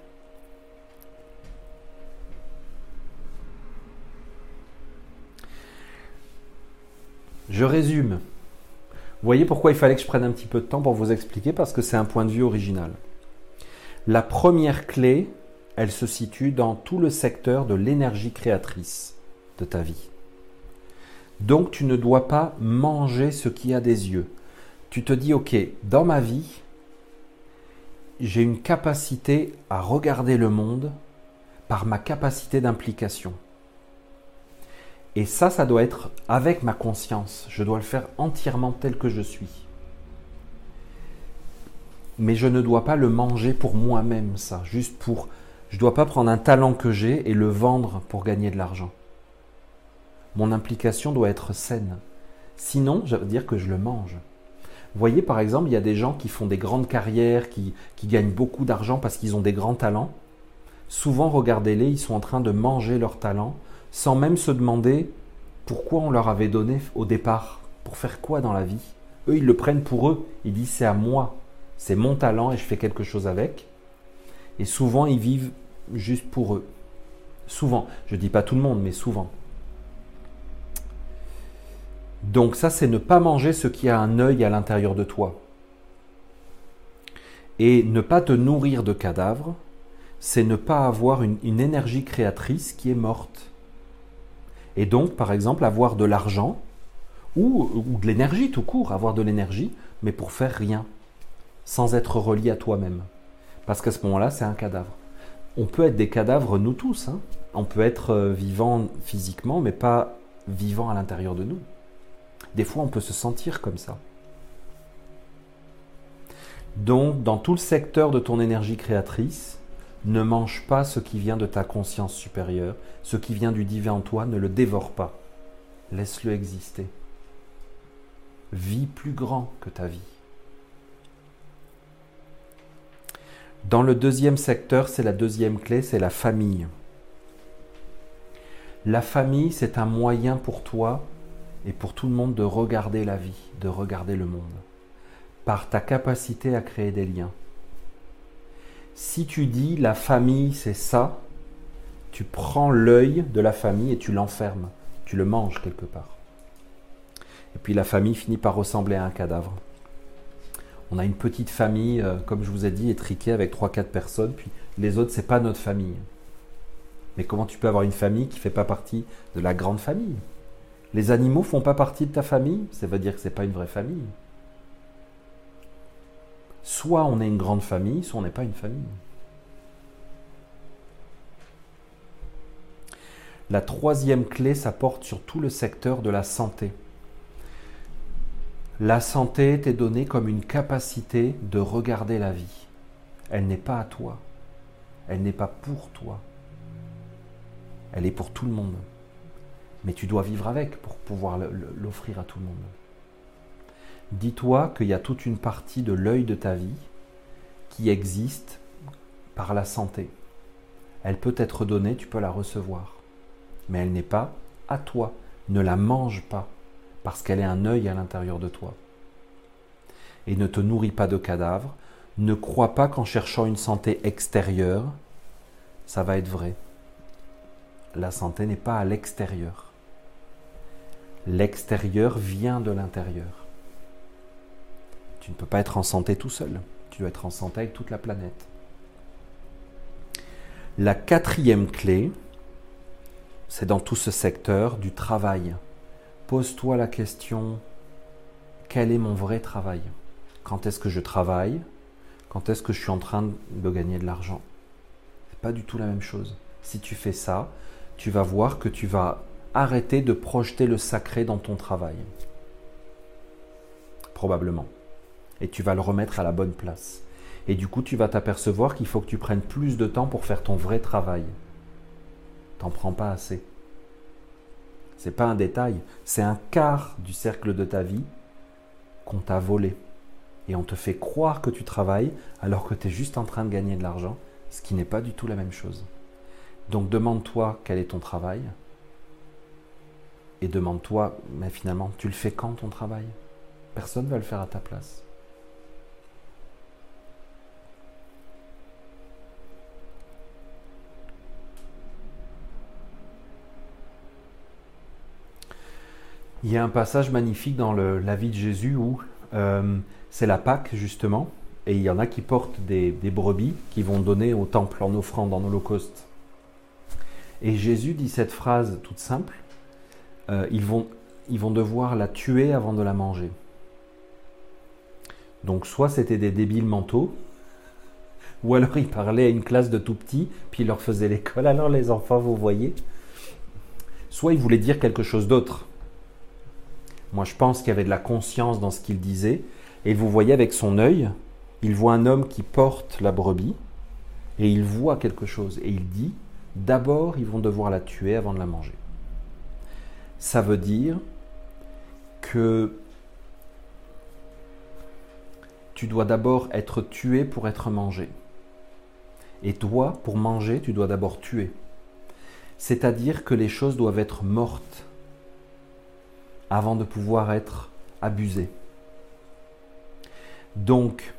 Je résume. Vous voyez pourquoi il fallait que je prenne un petit peu de temps pour vous expliquer, parce que c'est un point de vue original. La première clé, elle se situe dans tout le secteur de l'énergie créatrice de ta vie. Donc tu ne dois pas manger ce qui a des yeux. Tu te dis, ok, dans ma vie, j'ai une capacité à regarder le monde par ma capacité d'implication. Et ça doit être avec ma conscience. Je dois le faire entièrement tel que je suis. Mais je ne dois pas le manger pour moi-même, ça. Juste pour... Je ne dois pas prendre un talent que j'ai et le vendre pour gagner de l'argent. Mon implication doit être saine. Sinon, ça veut dire que je le mange. Vous voyez, par exemple, il y a des gens qui font des grandes carrières, qui gagnent beaucoup d'argent parce qu'ils ont des grands talents. Souvent, regardez-les, ils sont en train de manger leurs talents sans même se demander pourquoi on leur avait donné au départ. Pour faire quoi dans la vie? Eux, ils le prennent pour eux. Ils disent, c'est à moi. C'est mon talent et je fais quelque chose avec. Et souvent, ils vivent juste pour eux. Souvent. Je ne dis pas tout le monde, mais souvent. Donc ça, c'est ne pas manger ce qui a un œil à l'intérieur de toi. Et ne pas te nourrir de cadavres, c'est ne pas avoir une énergie créatrice qui est morte. Et donc, par exemple, avoir de l'argent ou de l'énergie tout court, avoir de l'énergie, mais pour faire rien, sans être relié à toi-même. Parce qu'à ce moment-là, c'est un cadavre. On peut être des cadavres, nous tous. Hein. On peut être vivant physiquement, mais pas vivant à l'intérieur de nous. Des fois, on peut se sentir comme ça. Donc, dans tout le secteur de ton énergie créatrice, ne mange pas ce qui vient de ta conscience supérieure, ce qui vient du divin en toi, ne le dévore pas. Laisse-le exister. Vis plus grand que ta vie. Dans le deuxième secteur, c'est la deuxième clé, c'est la famille. La famille, c'est un moyen pour toi et pour tout le monde de regarder la vie, de regarder le monde, par ta capacité à créer des liens. Si tu dis la famille c'est ça, tu prends l'œil de la famille et tu l'enfermes, tu le manges quelque part. Et puis la famille finit par ressembler à un cadavre. On a une petite famille, comme je vous ai dit, étriquée avec 3-4 personnes, puis les autres, c'est pas notre famille. Mais comment tu peux avoir une famille qui ne fait pas partie de la grande famille? Les animaux ne font pas partie de ta famille, ça veut dire que ce n'est pas une vraie famille. Soit on est une grande famille, soit on n'est pas une famille. La troisième clé, ça porte sur tout le secteur de la santé. La santé t'est donnée comme une capacité de regarder la vie. Elle n'est pas à toi. Elle n'est pas pour toi. Elle est pour tout le monde. Mais tu dois vivre avec pour pouvoir l'offrir à tout le monde. Dis-toi qu'il y a toute une partie de l'œil de ta vie qui existe par la santé. Elle peut être donnée, tu peux la recevoir. Mais elle n'est pas à toi. Ne la mange pas, parce qu'elle est un œil à l'intérieur de toi. Et ne te nourris pas de cadavres. Ne crois pas qu'en cherchant une santé extérieure, ça va être vrai. La santé n'est pas à l'extérieur. L'extérieur vient de l'intérieur. Tu ne peux pas être en santé tout seul. Tu dois être en santé avec toute la planète. La quatrième clé, c'est dans tout ce secteur du travail. Pose-toi la question, quel est mon vrai travail? Quand est-ce que je travaille? Quand est-ce que je suis en train de gagner de l'argent? Ce n'est pas du tout la même chose. Si tu fais ça, tu vas voir que tu vas arrêter de projeter le sacré dans ton travail. Probablement. Et tu vas le remettre à la bonne place. Et du coup, tu vas t'apercevoir qu'il faut que tu prennes plus de temps pour faire ton vrai travail. T'en prends pas assez. C'est pas un détail, c'est un quart du cercle de ta vie qu'on t'a volé. Et on te fait croire que tu travailles alors que tu es juste en train de gagner de l'argent, ce qui n'est pas du tout la même chose. Donc demande-toi quel est ton travail et demande-toi, mais finalement, tu le fais quand ton travail? Personne ne va le faire à ta place. Il y a un passage magnifique dans la vie de Jésus où c'est la Pâque justement, et il y en a qui portent des brebis qui vont donner au temple en offrande, en holocauste. Et Jésus dit cette phrase toute simple, ils vont devoir la tuer avant de la manger. Donc soit c'était des débiles mentaux, ou alors il parlait à une classe de tout petits, puis il leur faisait l'école, alors les enfants vous voyez. Soit il voulait dire quelque chose d'autre. Moi, je pense qu'il y avait de la conscience dans ce qu'il disait. Et vous voyez, avec son œil, il voit un homme qui porte la brebis et il voit quelque chose. Et il dit, d'abord, ils vont devoir la tuer avant de la manger. Ça veut dire que tu dois d'abord être tué pour être mangé. Et toi, pour manger, tu dois d'abord tuer. C'est-à-dire que les choses doivent être mortes avant de pouvoir être abusé. Donc,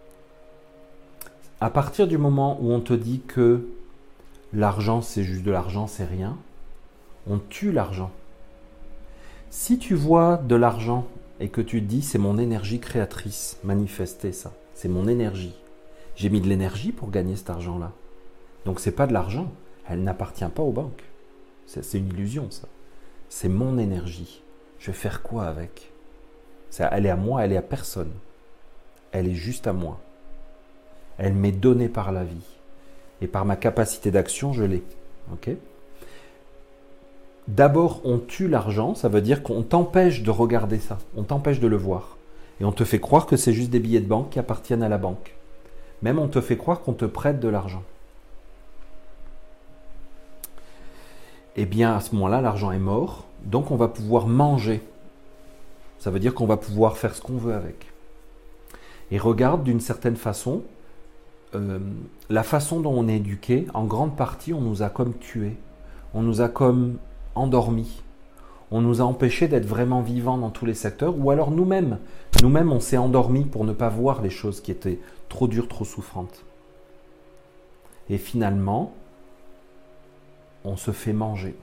à partir du moment où on te dit que l'argent c'est juste de l'argent, c'est rien, on tue l'argent. Si tu vois de l'argent et que tu te dis c'est mon énergie créatrice, manifester ça, c'est mon énergie. J'ai mis de l'énergie pour gagner cet argent-là. Donc c'est pas de l'argent, elle n'appartient pas aux banques. C'est une illusion ça. C'est mon énergie. Je vais faire quoi avec? Elle est à moi, elle est à personne. Elle est juste à moi. Elle m'est donnée par la vie. Et par ma capacité d'action, je l'ai. Okay? D'abord, on tue l'argent, ça veut dire qu'on t'empêche de regarder ça. On t'empêche de le voir. Et on te fait croire que c'est juste des billets de banque qui appartiennent à la banque. Même on te fait croire qu'on te prête de l'argent. Eh bien, à ce moment-là, l'argent est mort. Donc on va pouvoir manger. Ça veut dire qu'on va pouvoir faire ce qu'on veut avec. Et regarde d'une certaine façon, la façon dont on est éduqué, en grande partie, on nous a comme tués. On nous a comme endormis. On nous a empêchés d'être vraiment vivants dans tous les secteurs. Ou alors nous-mêmes, on s'est endormis pour ne pas voir les choses qui étaient trop dures, trop souffrantes. Et finalement, on se fait manger.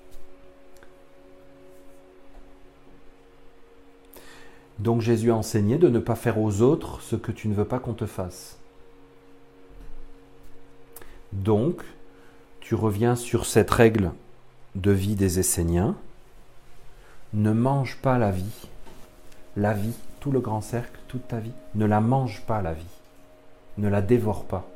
Donc Jésus a enseigné de ne pas faire aux autres ce que tu ne veux pas qu'on te fasse. Donc, tu reviens sur cette règle de vie des Esséniens. Ne mange pas la vie. La vie, tout le grand cercle, toute ta vie, ne la mange pas la vie. Ne la dévore pas.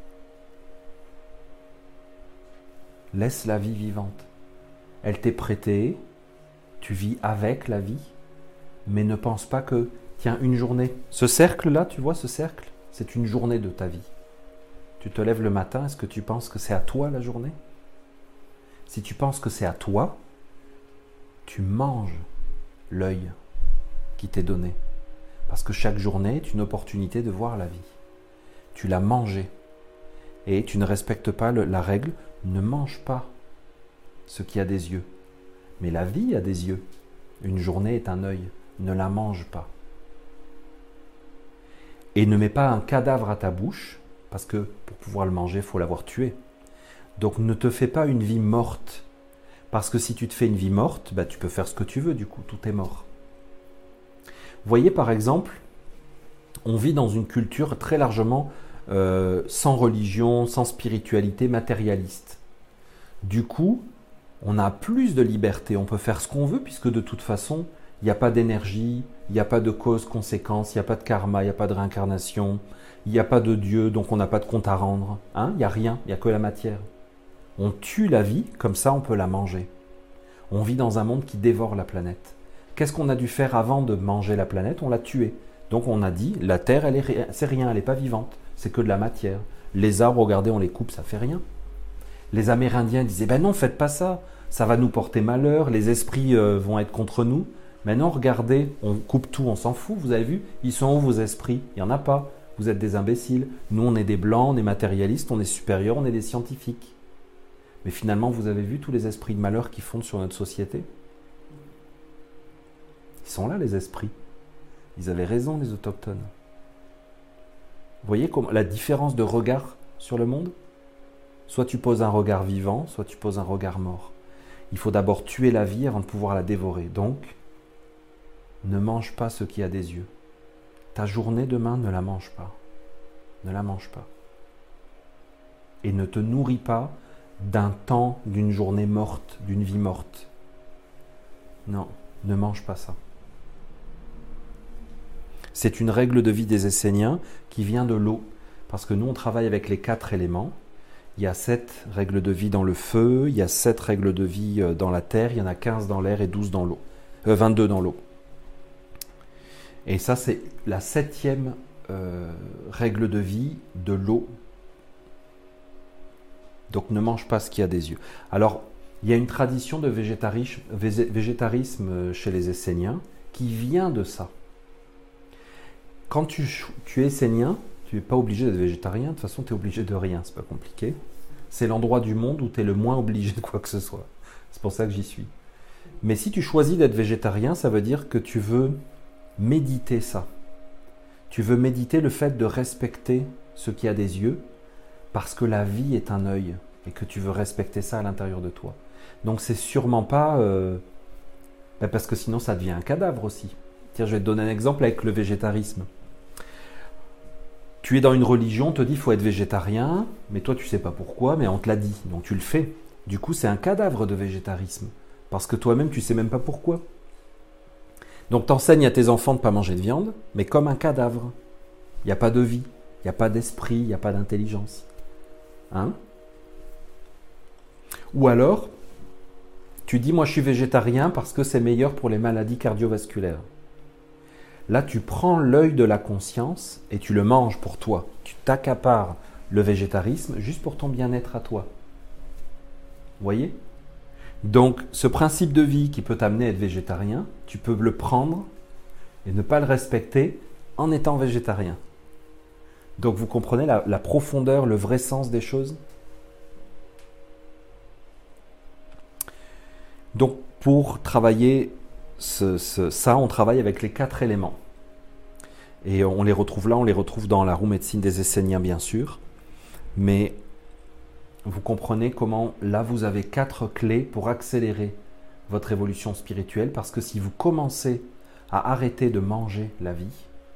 Laisse la vie vivante. Elle t'est prêtée, tu vis avec la vie. Mais ne pense pas que, tiens, une journée, ce cercle-là, tu vois ce cercle, c'est une journée de ta vie. Tu te lèves le matin, est-ce que tu penses que c'est à toi la journée? Si tu penses que c'est à toi, tu manges l'œil qui t'est donné. Parce que chaque journée est une opportunité de voir la vie. Tu l'as mangée. Et tu ne respectes pas la règle, ne mange pas ce qui a des yeux. Mais la vie a des yeux. Une journée est un œil. Ne la mange pas. Et ne mets pas un cadavre à ta bouche, parce que pour pouvoir le manger, il faut l'avoir tué. Donc ne te fais pas une vie morte, parce que si tu te fais une vie morte, tu peux faire ce que tu veux, du coup, tout est mort. Vous voyez, par exemple, on vit dans une culture très largement sans religion, sans spiritualité, matérialiste. Du coup, on a plus de liberté, on peut faire ce qu'on veut, puisque de toute façon, il n'y a pas d'énergie, il n'y a pas de cause-conséquence, il n'y a pas de karma, il n'y a pas de réincarnation, il n'y a pas de Dieu, donc on n'a pas de compte à rendre. Il n'y a rien, il n'y a que la matière. On tue la vie, comme ça on peut la manger. On vit dans un monde qui dévore la planète. Qu'est-ce qu'on a dû faire avant de manger la planète? On l'a tuée. Donc on a dit, la Terre, c'est rien, elle n'est pas vivante. c'est que de la matière. Les arbres, regardez, on les coupe, ça fait rien. Les Amérindiens disaient, ben non, faites pas ça, ça va nous porter malheur, les esprits vont être contre nous. Maintenant, regardez, on coupe tout, on s'en fout, vous avez vu, ils sont où vos esprits? Il n'y en a pas, vous êtes des imbéciles. Nous, on est des blancs, on est matérialistes, on est supérieurs, on est des scientifiques. Mais finalement, vous avez vu tous les esprits de malheur qui fondent sur notre société? Ils sont là, les esprits. Ils avaient raison, les autochtones. Vous voyez la différence de regard sur le monde? Soit tu poses un regard vivant, soit tu poses un regard mort. Il faut d'abord tuer la vie avant de pouvoir la dévorer. Donc, ne mange pas ce qui a des yeux. Ta journée demain, ne la mange pas. Ne la mange pas. Et ne te nourris pas d'un temps, d'une journée morte, d'une vie morte. Non, ne mange pas ça. C'est une règle de vie des Esséniens qui vient de l'eau. Parce que nous, on travaille avec les 4 éléments. Il y a 7 règles de vie dans le feu, il y a 7 règles de vie dans la terre, il y en a 15 dans l'air et 12 dans l'eau. 22 dans l'eau. Et ça, c'est la 7e règle de vie de l'eau. Donc ne mange pas ce qui a des yeux. Alors, il y a une tradition de végétarisme chez les Esséniens qui vient de ça. Quand tu es Essénien, tu n'es pas obligé d'être végétarien, de toute façon tu es obligé de rien, c'est pas compliqué. C'est l'endroit du monde où tu es le moins obligé de quoi que ce soit. C'est pour ça que j'y suis. Mais si tu choisis d'être végétarien, ça veut dire que tu veux méditer ça. Tu veux méditer le fait de respecter ce qui a des yeux, parce que la vie est un œil, et que tu veux respecter ça à l'intérieur de toi. Donc c'est sûrement pas... parce que sinon ça devient un cadavre aussi. Tiens, je vais te donner un exemple avec le végétarisme. Tu es dans une religion, on te dit qu'il faut être végétarien, mais toi tu sais pas pourquoi, mais on te l'a dit, donc tu le fais. Du coup, c'est un cadavre de végétarisme, parce que toi-même tu sais même pas pourquoi. Donc tu enseignes à tes enfants de ne pas manger de viande, mais comme un cadavre. Il n'y a pas de vie, il n'y a pas d'esprit, il n'y a pas d'intelligence. Hein? Ou alors, tu dis moi je suis végétarien parce que c'est meilleur pour les maladies cardiovasculaires. Là, tu prends l'œil de la conscience et tu le manges pour toi. Tu t'accapares le végétarisme juste pour ton bien-être à toi. Vous voyez? Donc, ce principe de vie qui peut t'amener à être végétarien, tu peux le prendre et ne pas le respecter en étant végétarien. Donc, vous comprenez la profondeur, le vrai sens des choses? Donc, pour travailler ça, on travaille avec les 4 éléments. Et on les retrouve là, on les retrouve dans la roue médecine des Esséniens, bien sûr. Mais vous comprenez comment, là, vous avez 4 clés pour accélérer votre évolution spirituelle. Parce que si vous commencez à arrêter de manger la vie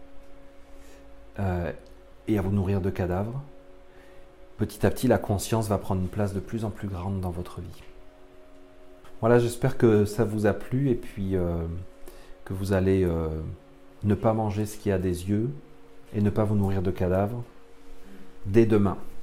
et à vous nourrir de cadavres, petit à petit, la conscience va prendre une place de plus en plus grande dans votre vie. Voilà, j'espère que ça vous a plu et puis que vous allez ne pas manger ce qui a des yeux et ne pas vous nourrir de cadavres dès demain.